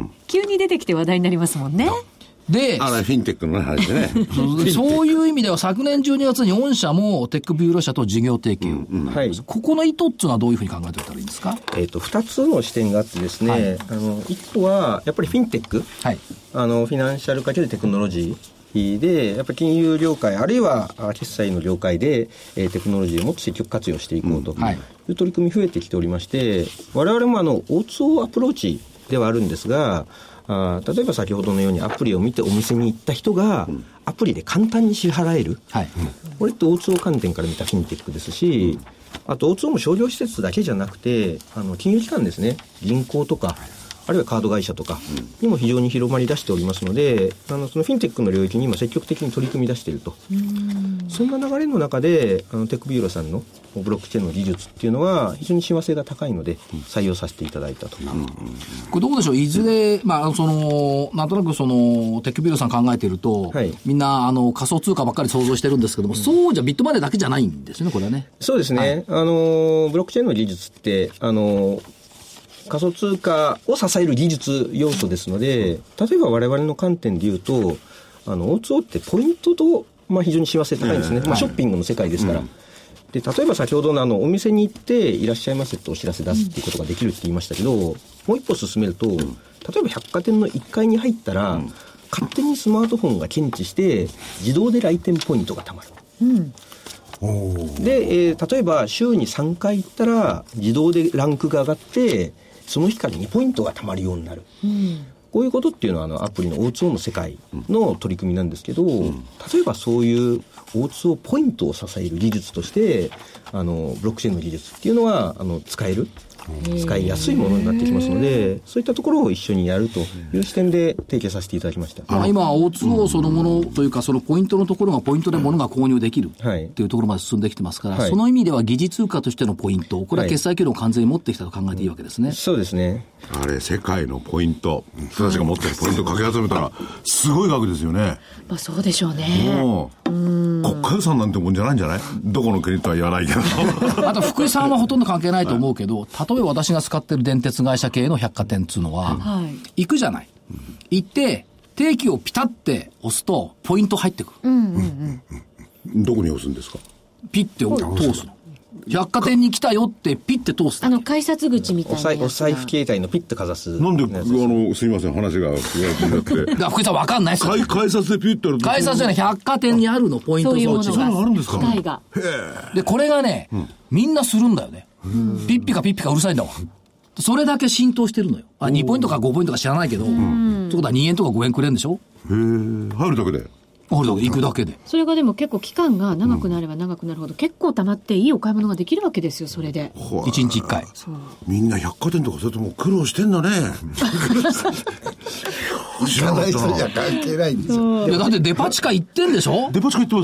急に出てきて話題になりますもんね。 で、 あらフィンテックの話でねそういう意味では昨年じゅうにがつに御社もテックビューロ社と事業提携を、うんうんはい、ここの意図っていうのはどういうふうに考えておいたらいいんですか。 えーと、ふたつの視点があってですね、はい、あのいっこはやっぱりフィンテック、はい、あのフィナンシャルかけるテクノロジーでやっぱり金融業界あるいは決済の業界で、えー、テクノロジーをもっと積極活用していこうという取り組み増えてきておりまして、我々もあの オーツーオー アプローチではあるんですが、あ例えば先ほどのようにアプリを見てお店に行った人がアプリで簡単に支払える、はい、これって オーツーオー 観点から見たフィンテックですし、あと オーツーオー も商業施設だけじゃなくてあの金融機関ですね、銀行とかあるいはカード会社とかにも非常に広まり出しておりますので、あのそのフィンテックの領域に今積極的に取り組み出していると。そんな流れの中であのテックビューロさんのブロックチェーンの技術っていうのは非常に親和性が高いので採用させていただいたと、うんうん、これどうでしょう、いずれ、まあ、そのなんとなくそのテックビューロさん考えていると、はい、みんなあの仮想通貨ばっかり想像してるんですけども、うん、そうじゃビットマネーだけじゃないんですね、これはね。 そうですね、はい、あのブロックチェーンの技術ってあの仮想通貨を支える技術要素ですので、例えば我々の観点で言うとあの オーツーオー ってポイントと、まあ、非常に親和性高いんですね、まあ、ショッピングの世界ですから、うん、で例えば先ほどの、あのお店に行っていらっしゃいませとお知らせ出すっていうことができるって言いましたけど、もう一歩進めると、例えば百貨店のいっかいに入ったら、うん、勝手にスマートフォンが検知して自動で来店ポイントがたまる、うんで、えー、例えば週にさんかい行ったら自動でランクが上がってその日からにポイントがたまるようになる、うん、こういうことっていうのはあのアプリの オーツーオー の世界の取り組みなんですけど、うん、例えばそういう オーツーオー ポイントを支える技術としてあのブロックチェーンの技術っていうのはあの使える使いやすいものになってきますので、そういったところを一緒にやるという視点で提携させていただきました。 あ今 オーツーオー そのものというか、そのポイントのところがポイントで物が購入できるっていうところまで進んできてますから、はい、その意味では疑似通貨としてのポイント、これは決済機能を完全に持ってきたと考えていいわけですね、 はい、そうですね。 あれ世界のポイント、人たちが持ってるポイントをかけ集めたらすごい額ですよね。 まあそうでしょうね。 もううん国家予算なんてもんじゃないんじゃない、どこの国とは言わないけどあと福井さんはほとんど関係ないと思うけど、例えば私が使ってる電鉄会社系の百貨店っていうのは、はい、行くじゃない、行って定期をピタって押すとポイント入ってくる、うんうんうん、どこに押すんですか。 ピッて通すの。百貨店に来たよってピッて通す。 あの改札口みたいなお財布携帯のピッてかざす。 なんであのすいません話がだ福井さん分かんないっすよ。 改札でピッてやると改札じゃない百貨店にあるのポイント装置が。 そういうものがあるんですか。 機械がでこれがね、うん、みんなするんだよね。ピッピかピッピかうるさいんだわ。それだけ浸透してるのよ。あにポイントかごポイントか知らないけど、そういうことはにえんとかごえんくれるんでしょ。 へー入るだけで。 行くだけで。 それがでも結構期間が長くなれば長くなるほど、うん、結構溜まっていいお買い物ができるわけですよ。それでいちにちいっかい。 みんな百貨店とかそれとも苦労してんだね知らない人じゃ関係ないんですよ。 いやだってデパ地下行ってんでしょ。 デパ地下行ってますよ。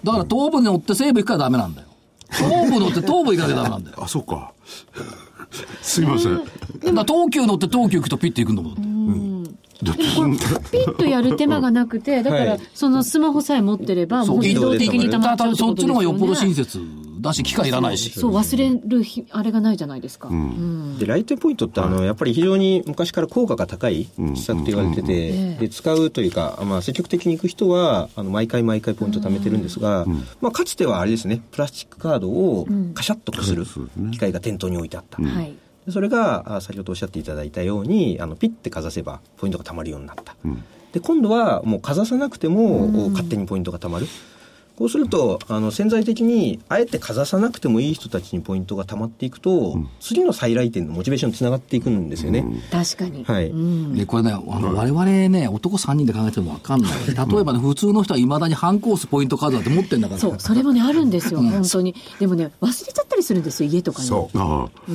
だから東部に乗って西部行くからダメなんだよ。東部乗って東部行かなきゃダメなんだよ。 あ、そうか。すいません。だから東急乗って東急行くとピッて行くんだもん。 でもこれピッとやる手間がなくて、だからそのスマホさえ持ってればもう自動的に溜まっちゃうってことですよね。そっちの方がよっぽど親切だし機械いらないし。 そう、忘れるあれがないじゃないですか。うんうん、でライトポイントってあのやっぱり非常に昔から効果が高い施策と言われてて、うん、で使うというか、まあ、積極的に行く人はあの毎回毎回ポイント貯めてるんですが、うんまあ、かつてはあれですね、プラスチックカードをカシャッとこする機械が店頭に置いてあった。うんはいそれが先ほどおっしゃっていただいたようにあのピッてかざせばポイントがたまるようになった、うん、で今度はもうかざさなくても勝手にポイントがたまる、こうするとあの潜在的にあえてかざさなくてもいい人たちにポイントがたまっていくと、うん、次の再来店のモチベーションにつながっていくんですよね、うん、 確かに、 はいうん、 でこれねあの我々ね男さんにんで考えても分かんない例えばね普通の人はいまだに半コースポイントカードだって持ってんだからそうそれもねあるんですよ、うん、本当にでもね忘れちゃったりするんですよ家とかにそう あ,、うん、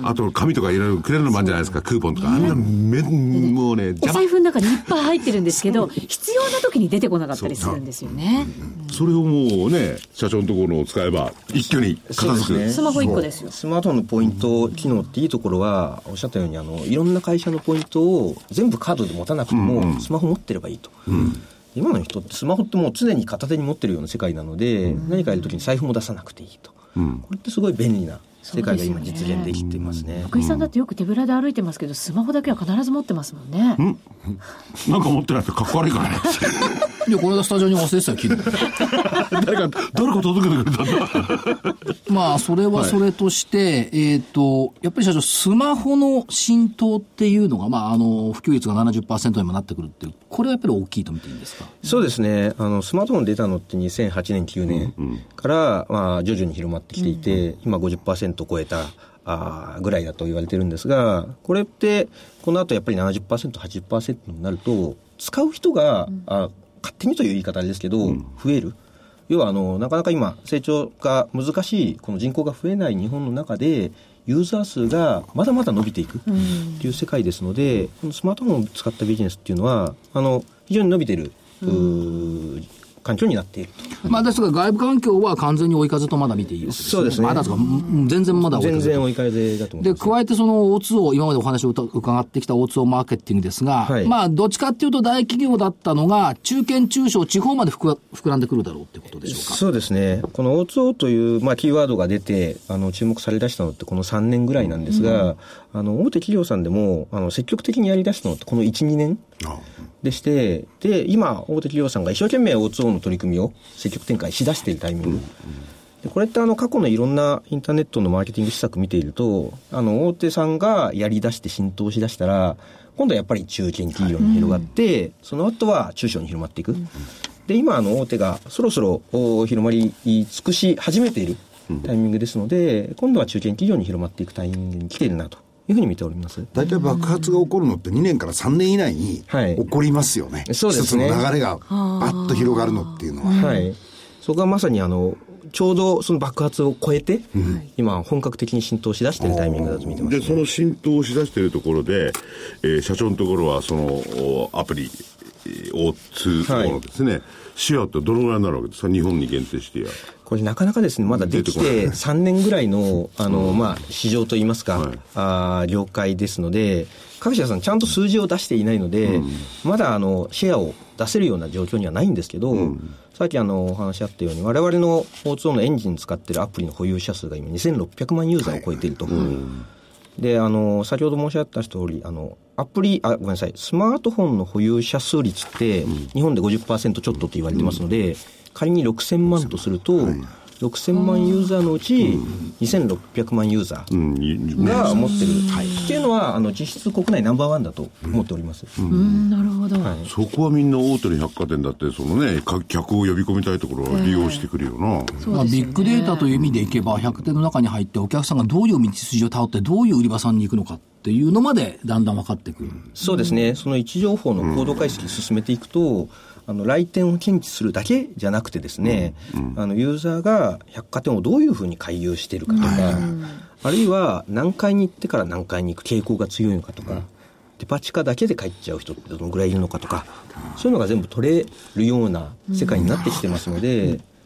あと紙とかいろいろくれるのもあるんじゃないですかクーポンとか、ね、あんなめもうねお財布の中にいっぱい入ってるんですけど必要な時に出てこなかったりするんですよね、 うん、それをもうね社長のところを使えば一挙に片付く、 ね、スマホいっこですよ。 スマートフォンのポイント機能っていいところはおっしゃったようにあのいろんな会社のポイントを全部カードで持たなくても、うんうん、スマホ持ってればいいと、うん、今の人ってスマホってもう常に片手に持ってるような世界なので、うん、何かやるときに財布も出さなくていいと、うん、これってすごい便利な世界が今実現できてますね。 福井さんだってよく手ぶらで歩いてますけどスマホだけは必ず持ってますもんね。 んなんか持ってないってかっこ悪いからねいやこの間スタジオに忘れてたよ昨日誰か誰か届けてくれたんだまあそれはそれとして、はい、えっとやっぱり社長スマホの浸透っていうのが、まあ、あの普及率が ななじゅっパーセント にもなってくるっていうこれはやっぱり大きいと見ていいんですか。 そうですねあのスマートフォン出たのってにせんはちねんきゅうねんから、うんうんまあ、徐々に広まってきていて、うん、今 ごじゅっパーセント 超えたあぐらいだと言われてるんですがこれってこの後やっぱり ななじゅっパーセント、はちじゅっパーセント になると使う人が、うん、あ勝手にという言い方あれですけど、うん、増える要はあのなかなか今成長が難しいこの人口が増えない日本の中でユーザー数がまだまだ伸びていくっていう世界ですので、うん、このスマートフォンを使ったビジネスっていうのはあの非常に伸びている、うん環境になっていると。 まあ、ですが外部環境は完全に追い風とまだ見ていいわけです、ね、 そうですね。 まだとか全然まだ追い風。 全然追い風だと思います。 で、加えてその オーツーオー、今までお話を伺ってきた オーツーオー マーケティングですが、はい、まあ、どっちかっていうと大企業だったのが、中堅中小地方まで膨らんでくるだろうってことでしょうか。 そうですね。この オーツーオー という、まあ、キーワードが出て、あの、注目され出したのってこのさんねんぐらいなんですが、うん、あの、大手企業さんでも、あの、積極的にやり出したのってこのいち、にねんでして、で、今、大手企業さんが一生懸命 オーツーオー の取り組みを積極展開しだしているタイミング、うんうん、でこれってあの過去のいろんなインターネットのマーケティング施策見ているとあの大手さんがやりだして浸透しだしたら今度はやっぱり中堅企業に広がって、うん、その後は中小に広まっていく、うん、で今あの大手がそろそろ広まり尽くし始めているタイミングですので、うん、今度は中堅企業に広まっていくタイミングに来ているなというふうに見ております。 大体爆発が起こるのってにねんからさんねん以内に起こりますよね、はい、 そうですね。 一つの流れがバッと広がるのっていうのは、 はい、そこはまさにあのちょうどその爆発を超えて、うん、今本格的に浸透しだしているタイミングだと見てます、ね、 でその浸透しだしているところで、えー、社長のところはそのアプリ オーツーオー のですね、はい、シェアってどのぐらいになるわけですか。日本に限定してやこれなかなかですねまだできてさんねんぐらいの、あの、まあ、市場といいますか、はい、あ業界ですので各社さんちゃんと数字を出していないので、うん、まだあのシェアを出せるような状況にはないんですけど、うん、さっきあのお話あったように我々の オーツーオー のエンジン使っているアプリの保有者数が今にせんろっぴゃくまんユーザーを超えていると、はいうん、であの先ほど申し上げた通りあのアプリあごめんなさいスマートフォンの保有者数率って日本で ごじゅっパーセント ちょっとと言われてますので、うん、仮にろくせんまんとすると、はいろくせんまんユーザーのうちにせんろっぴゃくまんユーザーが持ってる、うんはい、っていうのはあの実質国内ナンバーワンだと思っております、 うんうん、なるほど、 はい、そこはみんな大手の百貨店だってその、ね、客を呼び込みたいところは利用してくるよな、えーまあ、ビッグデータという意味でいけば百貨店の中に入ってお客さんがどういう道筋をたどってどういう売り場さんに行くのかっていうのまでだんだん分かってくる、うん、 そうですね。その位置情報のコード解析進めていくと、うんあの来店を検知するだけじゃなくてですね、うんうん、あのユーザーが百貨店をどういうふうに回遊しているかとか、うん、あるいは何階に行ってから何階に行く傾向が強いのかとか、うん、デパ地下だけで帰っちゃう人ってどのぐらいいるのかとかそういうのが全部取れるような世界になってきてますので、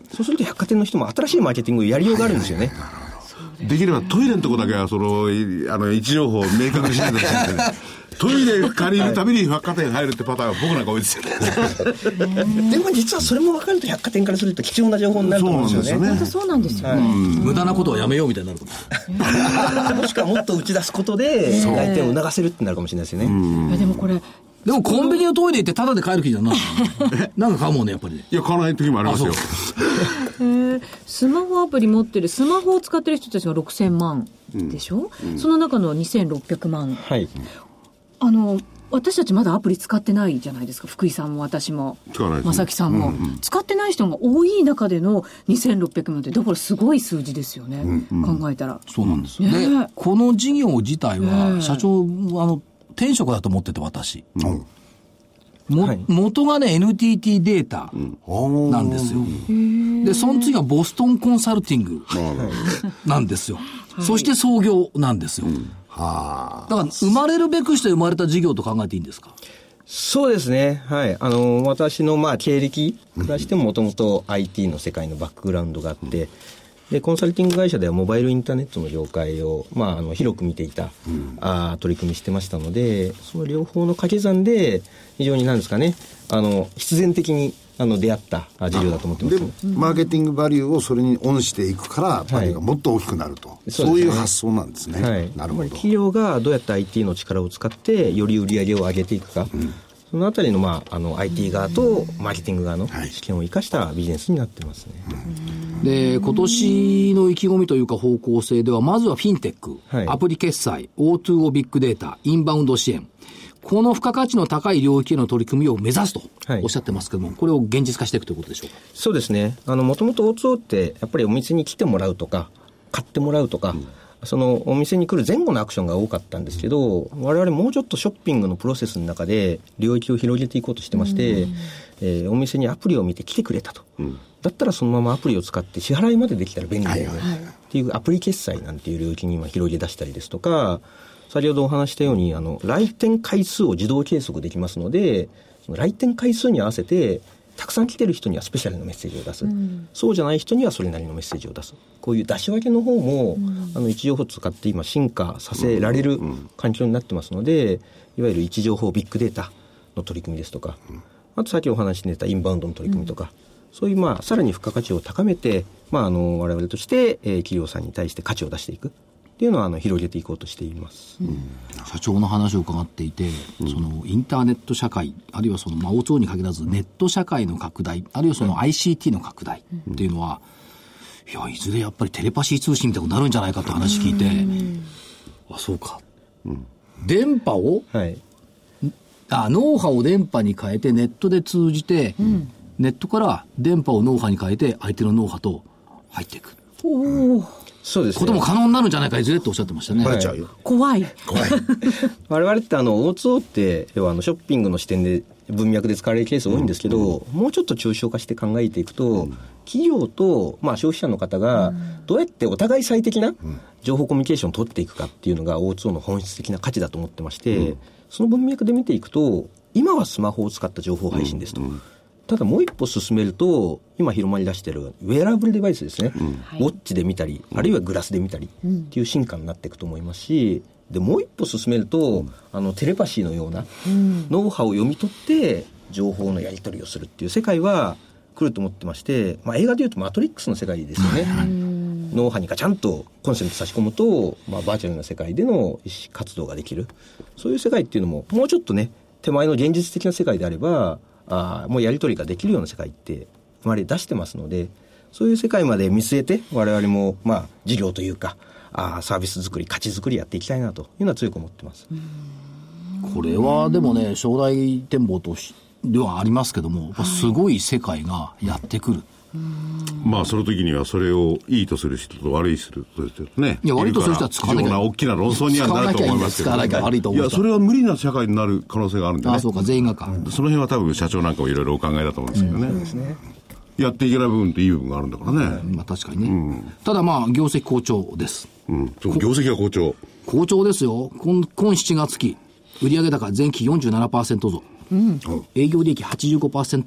そうすると百貨店の人も新しいマーケティングをやりようがあるんですよね。 できればトイレのとこだけはそのあの位置情報を明確にしないといけないんでね。トイレ借りるたびに百貨店入るってパターンは僕なんか多いですよね。 でも実はそれも分かると百貨店からすると貴重な情報になると思うんですよね。 本当そうなんですよね、はい、 無駄なことはやめようみたいになることもしくはもっと打ち出すことで来店を促せるってなるかもしれないですよね。 いやでもこれでもコンビニのトイレ行ってタダで帰る気じゃないなんか買うもんねやっぱり。 いや買わない時もありますよ。 へスマホアプリ持ってるスマホを使ってる人たちがろくせんまんでしょ、うん、その中のにせんろっぴゃくまん、 はい、 あの私たちまだアプリ使ってないじゃないですか。福井さんも私も正木さんも、うんうん、使ってない人が多い中でのにせんろっぴゃくまんってだからすごい数字ですよね、うんうん、考えたら。 そうなんですよ、ね、でこの事業自体は社長あの転職だと思ってて私、うんもはい、元がね エヌティーティー データなんですよ、うん、でその次がボストンコンサルティングなんですよ、はい、そして創業なんですよ、うん、はだから生まれるべくして生まれた事業と考えていいんですか。 そうですね、はい、あの私のまあ経歴からしてももともと アイティー の世界のバックグラウンドがあって、うんでコンサルティング会社ではモバイルインターネットの業界を、まあ、あの広く見ていた、うん、あ取り組みしてましたのでその両方の掛け算で非常に何ですかねあの必然的にあの出会った事業だと思ってます、ね、 でマーケティングバリューをそれにオンしていくからバリューがもっと大きくなると、はい、そういう発想なんですね、はい、なるほど。 企業がどうやって アイティー の力を使ってより売り上げを上げていくか、うんそのあたりの、まあ、あの アイティー 側とマーケティング側の知見を生かしたビジネスになってますね、はいうん、で今年の意気込みというか方向性ではまずはフィンテック、はい、アプリ決済 オーツーオー ビッグデータインバウンド支援この付加価値の高い領域への取り組みを目指すとおっしゃってますけども、はい、これを現実化していくということでしょうか。 そうですねもともと オーツーオー ってやっぱりお店に来てもらうとか買ってもらうとか、うんそのお店に来る前後のアクションが多かったんですけど我々もうちょっとショッピングのプロセスの中で領域を広げていこうとしてまして、うんえー、お店にアプリを見て来てくれたと、うん、だったらそのままアプリを使って支払いまでできたら便利だよね、はいはいはい、っていうアプリ決済なんていう領域に今広げ出したりですとか先ほどお話したようにあの来店回数を自動計測できますのでその来店回数に合わせてたくさん来てる人にはスペシャルなメッセージを出す、うん、そうじゃない人にはそれなりのメッセージを出すこういう出し分けの方も、うん、あの位置情報を使って今進化させられる環境になってますのでいわゆる位置情報ビッグデータの取り組みですとか、うん、あとさっきお話ししてたインバウンドの取り組みとか、うん、そういうまあさらに付加価値を高めて、まあ、あの我々として、えー、企業さんに対して価値を出していくっていうのはあの広げていこうとしています、うん、 社長の話を伺っていて、うん、そのインターネット社会あるいはそのまあオーツーオーに限らずネット社会の拡大あるいはその アイシーティー の拡大っていうのは、うん、いやいずれやっぱりテレパシー通信みたいになるんじゃないかって話聞いて、うん、あそうか、うん、電波を、はい、あノウハウを電波に変えてネットで通じて、うん、ネットから電波をノウハウに変えて相手のノウハウと入っていくおーそうですね、 ことも可能になるんじゃないかいずれっておっしゃってましたね。 バレちゃうよ。 怖い。 怖い。 我々ってあの オーツーオー って要はあのショッピングの視点で文脈で使われるケース多いんですけど、うん、もうちょっと抽象化して考えていくと、うん、企業と、まあ、消費者の方がどうやってお互い最適な情報コミュニケーションを取っていくかっていうのが オーツーオー の本質的な価値だと思ってまして、うん、その文脈で見ていくと今はスマホを使った情報配信ですと、うんうんただもう一歩進めると今広まり出しているウェアラブルデバイスですね、うん、ウォッチで見たりあるいはグラスで見たりっていう進化になっていくと思いますしでもう一歩進めると、うん、あのテレパシーのようなノウハウを読み取って情報のやり取りをするっていう世界は来ると思ってまして、まあ、映画でいうとマトリックスの世界ですよね、はい、ノウハウにガチャンとコンセント差し込むと、まあ、バーチャルな世界での意思活動ができるそういう世界っていうのももうちょっとね手前の現実的な世界であればあもうやり取りができるような世界って生まれ出してますのでそういう世界まで見据えて我々もまあ事業というかあサービス作り価値作りやっていきたいなというのは強く思ってます。 これはでもね将来展望としてではありますけども、すごい世界がやってくる。 まあその時にはそれをいいとする人と悪いする人ですね。 いや悪いとする人は使わなきゃ非常な大きな論争にはなると思いますけど、ね、 使わなきゃ悪いと思う。 いやそれは無理な社会になる可能性があるんでね。 ああそうか全員がか。 その辺は多分社長なんかもいろいろお考えだと思うんですけどね。うん、そうですね。やっていけない部分っていい部分があるんだからね。 うん、まあ確かにね。うん、ただまあ業績好調です。 うん。業績は好調。 好調ですよ。今今しちがつ期売上高前期 よんじゅうななパーセント 増。うん、営業利益 はちじゅうごパーセント 増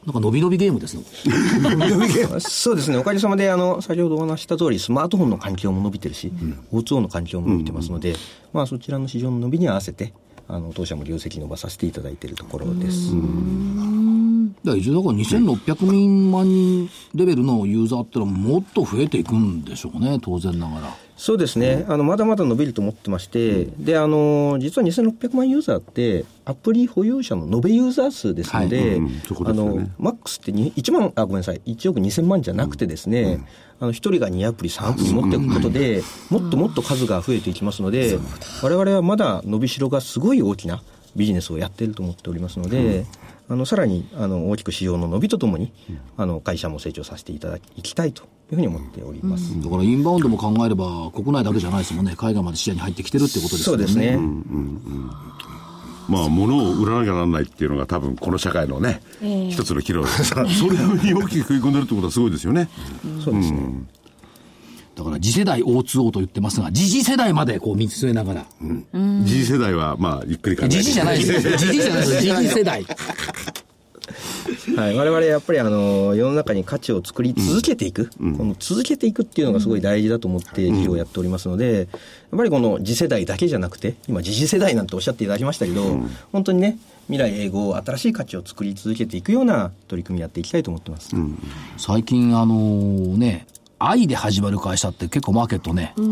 なんか伸び伸びゲームですね。 伸び伸びゲームそうですね。おかげさまで、あの、先ほどお話した通り、スマートフォンの環境も伸びてるし、うん、オーツーオー の環境も伸びてますので、うん、まあ、そちらの市場の伸びに合わせて、あの、当社も業績伸ばさせていただいているところです。 だから一応だからにせんろっぴゃくにん万人レベルのユーザーってのはもっと増えていくんでしょうね、当然ながら。 そうですね、あのまだまだ伸びると思ってまして、うん、であの実はにせんろっぴゃくまんユーザーってアプリ保有者の延べユーザー数ですので、はいうんあのマックスっていちまんあごめんなさいいちおくにせんまんじゃなくてですね、うん、あのひとりがにアプリさんアプリ持っていくことで、うん、もっともっと数が増えていきますので、うん、我々はまだ伸びしろがすごい大きなビジネスをやっていると思っておりますので、うんあのさらにあの大きく市場の伸びとともに、うん、あの会社も成長させていただきたいというふうに思っております、 うん、だからインバウンドも考えれば国内だけじゃないですもんね。海外まで視野に入ってきてるってことですよね。 そうですね、うんうんうんまあ、物を売らなきゃならないっていうのが多分この社会のね、えー、一つの機能ですからそれに大きく食い込んでるってことはすごいですよね、 うん、そうですね、うんだから次世代 オーツーオー と言ってますが、次次世代までこう見つめながら。 うん、次世代はまあゆっくり考えて。 次次じゃないです。次次じゃないです。次次世代。 はい、我々やっぱりあの世の中に価値を作り続けていく、うん、この続けていくっていうのがすごい大事だと思って事業をやっておりますので、やっぱりこの次世代だけじゃなくて、今次次世代なんておっしゃっていただきましたけど、うん、本当にね未来永劫新しい価値を作り続けていくような取り組みやっていきたいと思ってます、うん、 最近あのね愛で始まる会社って結構マーケットね、うん、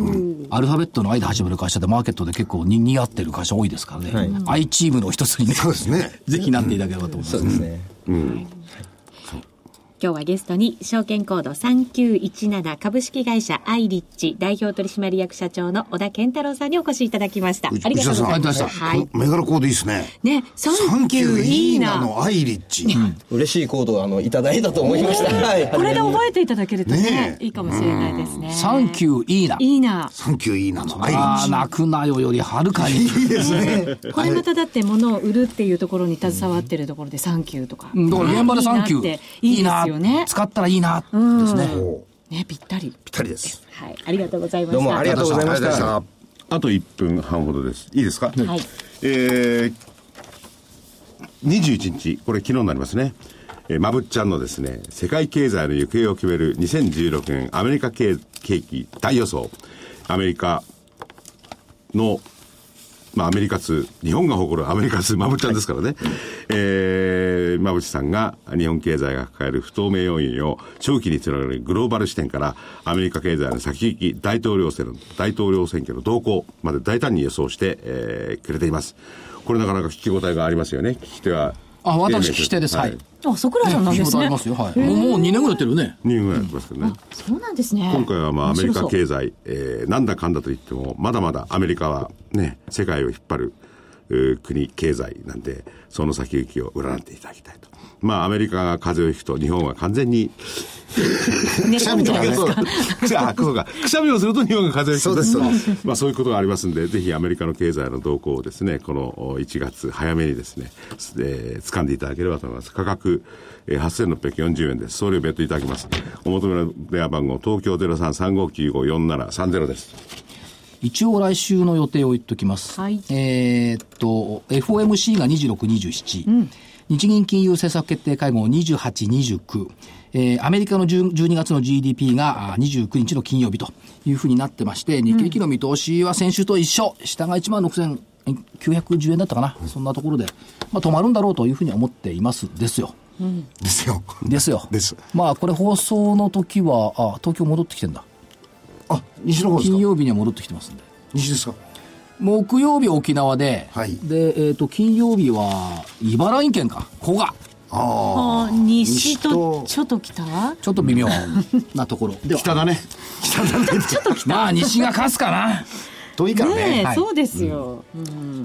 アルファベットの愛で始まる会社ってマーケットで結構に似合ってる会社多いですからね、はい、愛チームの一つにね、 そうですねぜひなっていただければと思います、 そうですね、うん、はい今日はゲストに証券コードさんきゅういちなな株式会社アイリッチ代表取締役社長の小田健太郎さんにお越しいただきました。ありがとうございました。 はい、銘柄コードいいですね。 ね、さんきゅういいなのアイリッチ、 うん、嬉しいコードをあのいただいたと思いました、 はい、これで覚えていただけると ね, ねいいかもしれないですね。 さんきゅういいないいなさんきゅういいなのアイリッチ、 あ泣くなよよりはるかにいいですねこれまただって物を売るっていうところに携わってるところでさんきゅうとか、 うん、だから現場でさんきゅういいですよね。 使ったらいいなですね。 ね、ぴったり。 ぴったりです。 はい、ありがとうございました。 どうもありがとうございました。 あといっぷんはんほどです。いいですか？はい。えー、にじゅういちにち、これ昨日になりますね。えー、まぶっちゃんのですね、世界経済の行方を決めるにせんじゅうろくねんアメリカ景気大予想。アメリカのまあ、アメリカ通、日本が誇るアメリカ通、まぶっちゃんですからね。はい、えー、まぶちさんが日本経済が抱える不透明要因を長期につながるグローバル視点からアメリカ経済の先行き、大統領選の、大統領選挙の動向まで大胆に予想して、えー、くれています。これなかなか聞き応えがありますよね。聞き手は。 あ、私聞き手です。はい。 あ、桜井さんなんですね。 ね、聞き応えありますよ。はい。もう、もうにねんぐらいやってるね。 にねんぐらいやってますけどね。うん、 そうなんですね。 今回はまあアメリカ経済、えー、なんだかんだと言っても、まだまだアメリカはね、世界を引っ張る国経済なんで、その先行きを占っていただきたいと。まあアメリカが風邪をひくと日本は完全にくしゃみとかね。 そうか。くしゃみをすると日本が風邪をひく。そうです。まあそういうことがありますんで、ぜひアメリカの経済の動向をですね、このいちがつ早めにですね、えー、掴んでいただければと思います。価格、えー、はっせんろっぴゃくよんじゅうえんです。送料別途いただきます。お求めの電話番号、東京 ゼロさんさんごきゅうごよんななさんゼロ です。 一応来週の予定を言っときます。はい、えー、っと、エフオーエムシー がにじゅうろく、にじゅうなな、うん、日銀金融政策決定会合にじゅうはち、にじゅうく、えー、アメリカのじゅうにがつの ジーディーピー がにじゅうくにちの金曜日というふうになってまして、日経期の見通しは先週と一緒、下が いちまんろくせんきゅうひゃくじゅうえんだったかな、そんなところで、まあ、止まるんだろうというふうに思っていますですよ。 うん、ですよ。 ですよ。 です。 まあこれ放送の時は、あ、東京戻ってきてんだ。 あ、西の方ですか。 金曜日には戻ってきてますんで。 西ですか。 木曜日沖縄で、はい、で、えっ、ー、と、金曜日は茨城県か、古賀。 ああ、西とちょっと北ちょっと微妙なところでは北だね。北だね。 ちょっと北。まあ西が勝つかな。 遠いからね。 ねえ、 はい、 そうですよ、うん。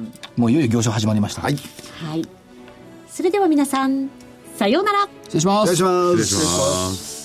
もういよいよ業種始まりました。 はい。 はい。それでは皆さん、さようなら。 失礼します。 失礼します。 失礼します。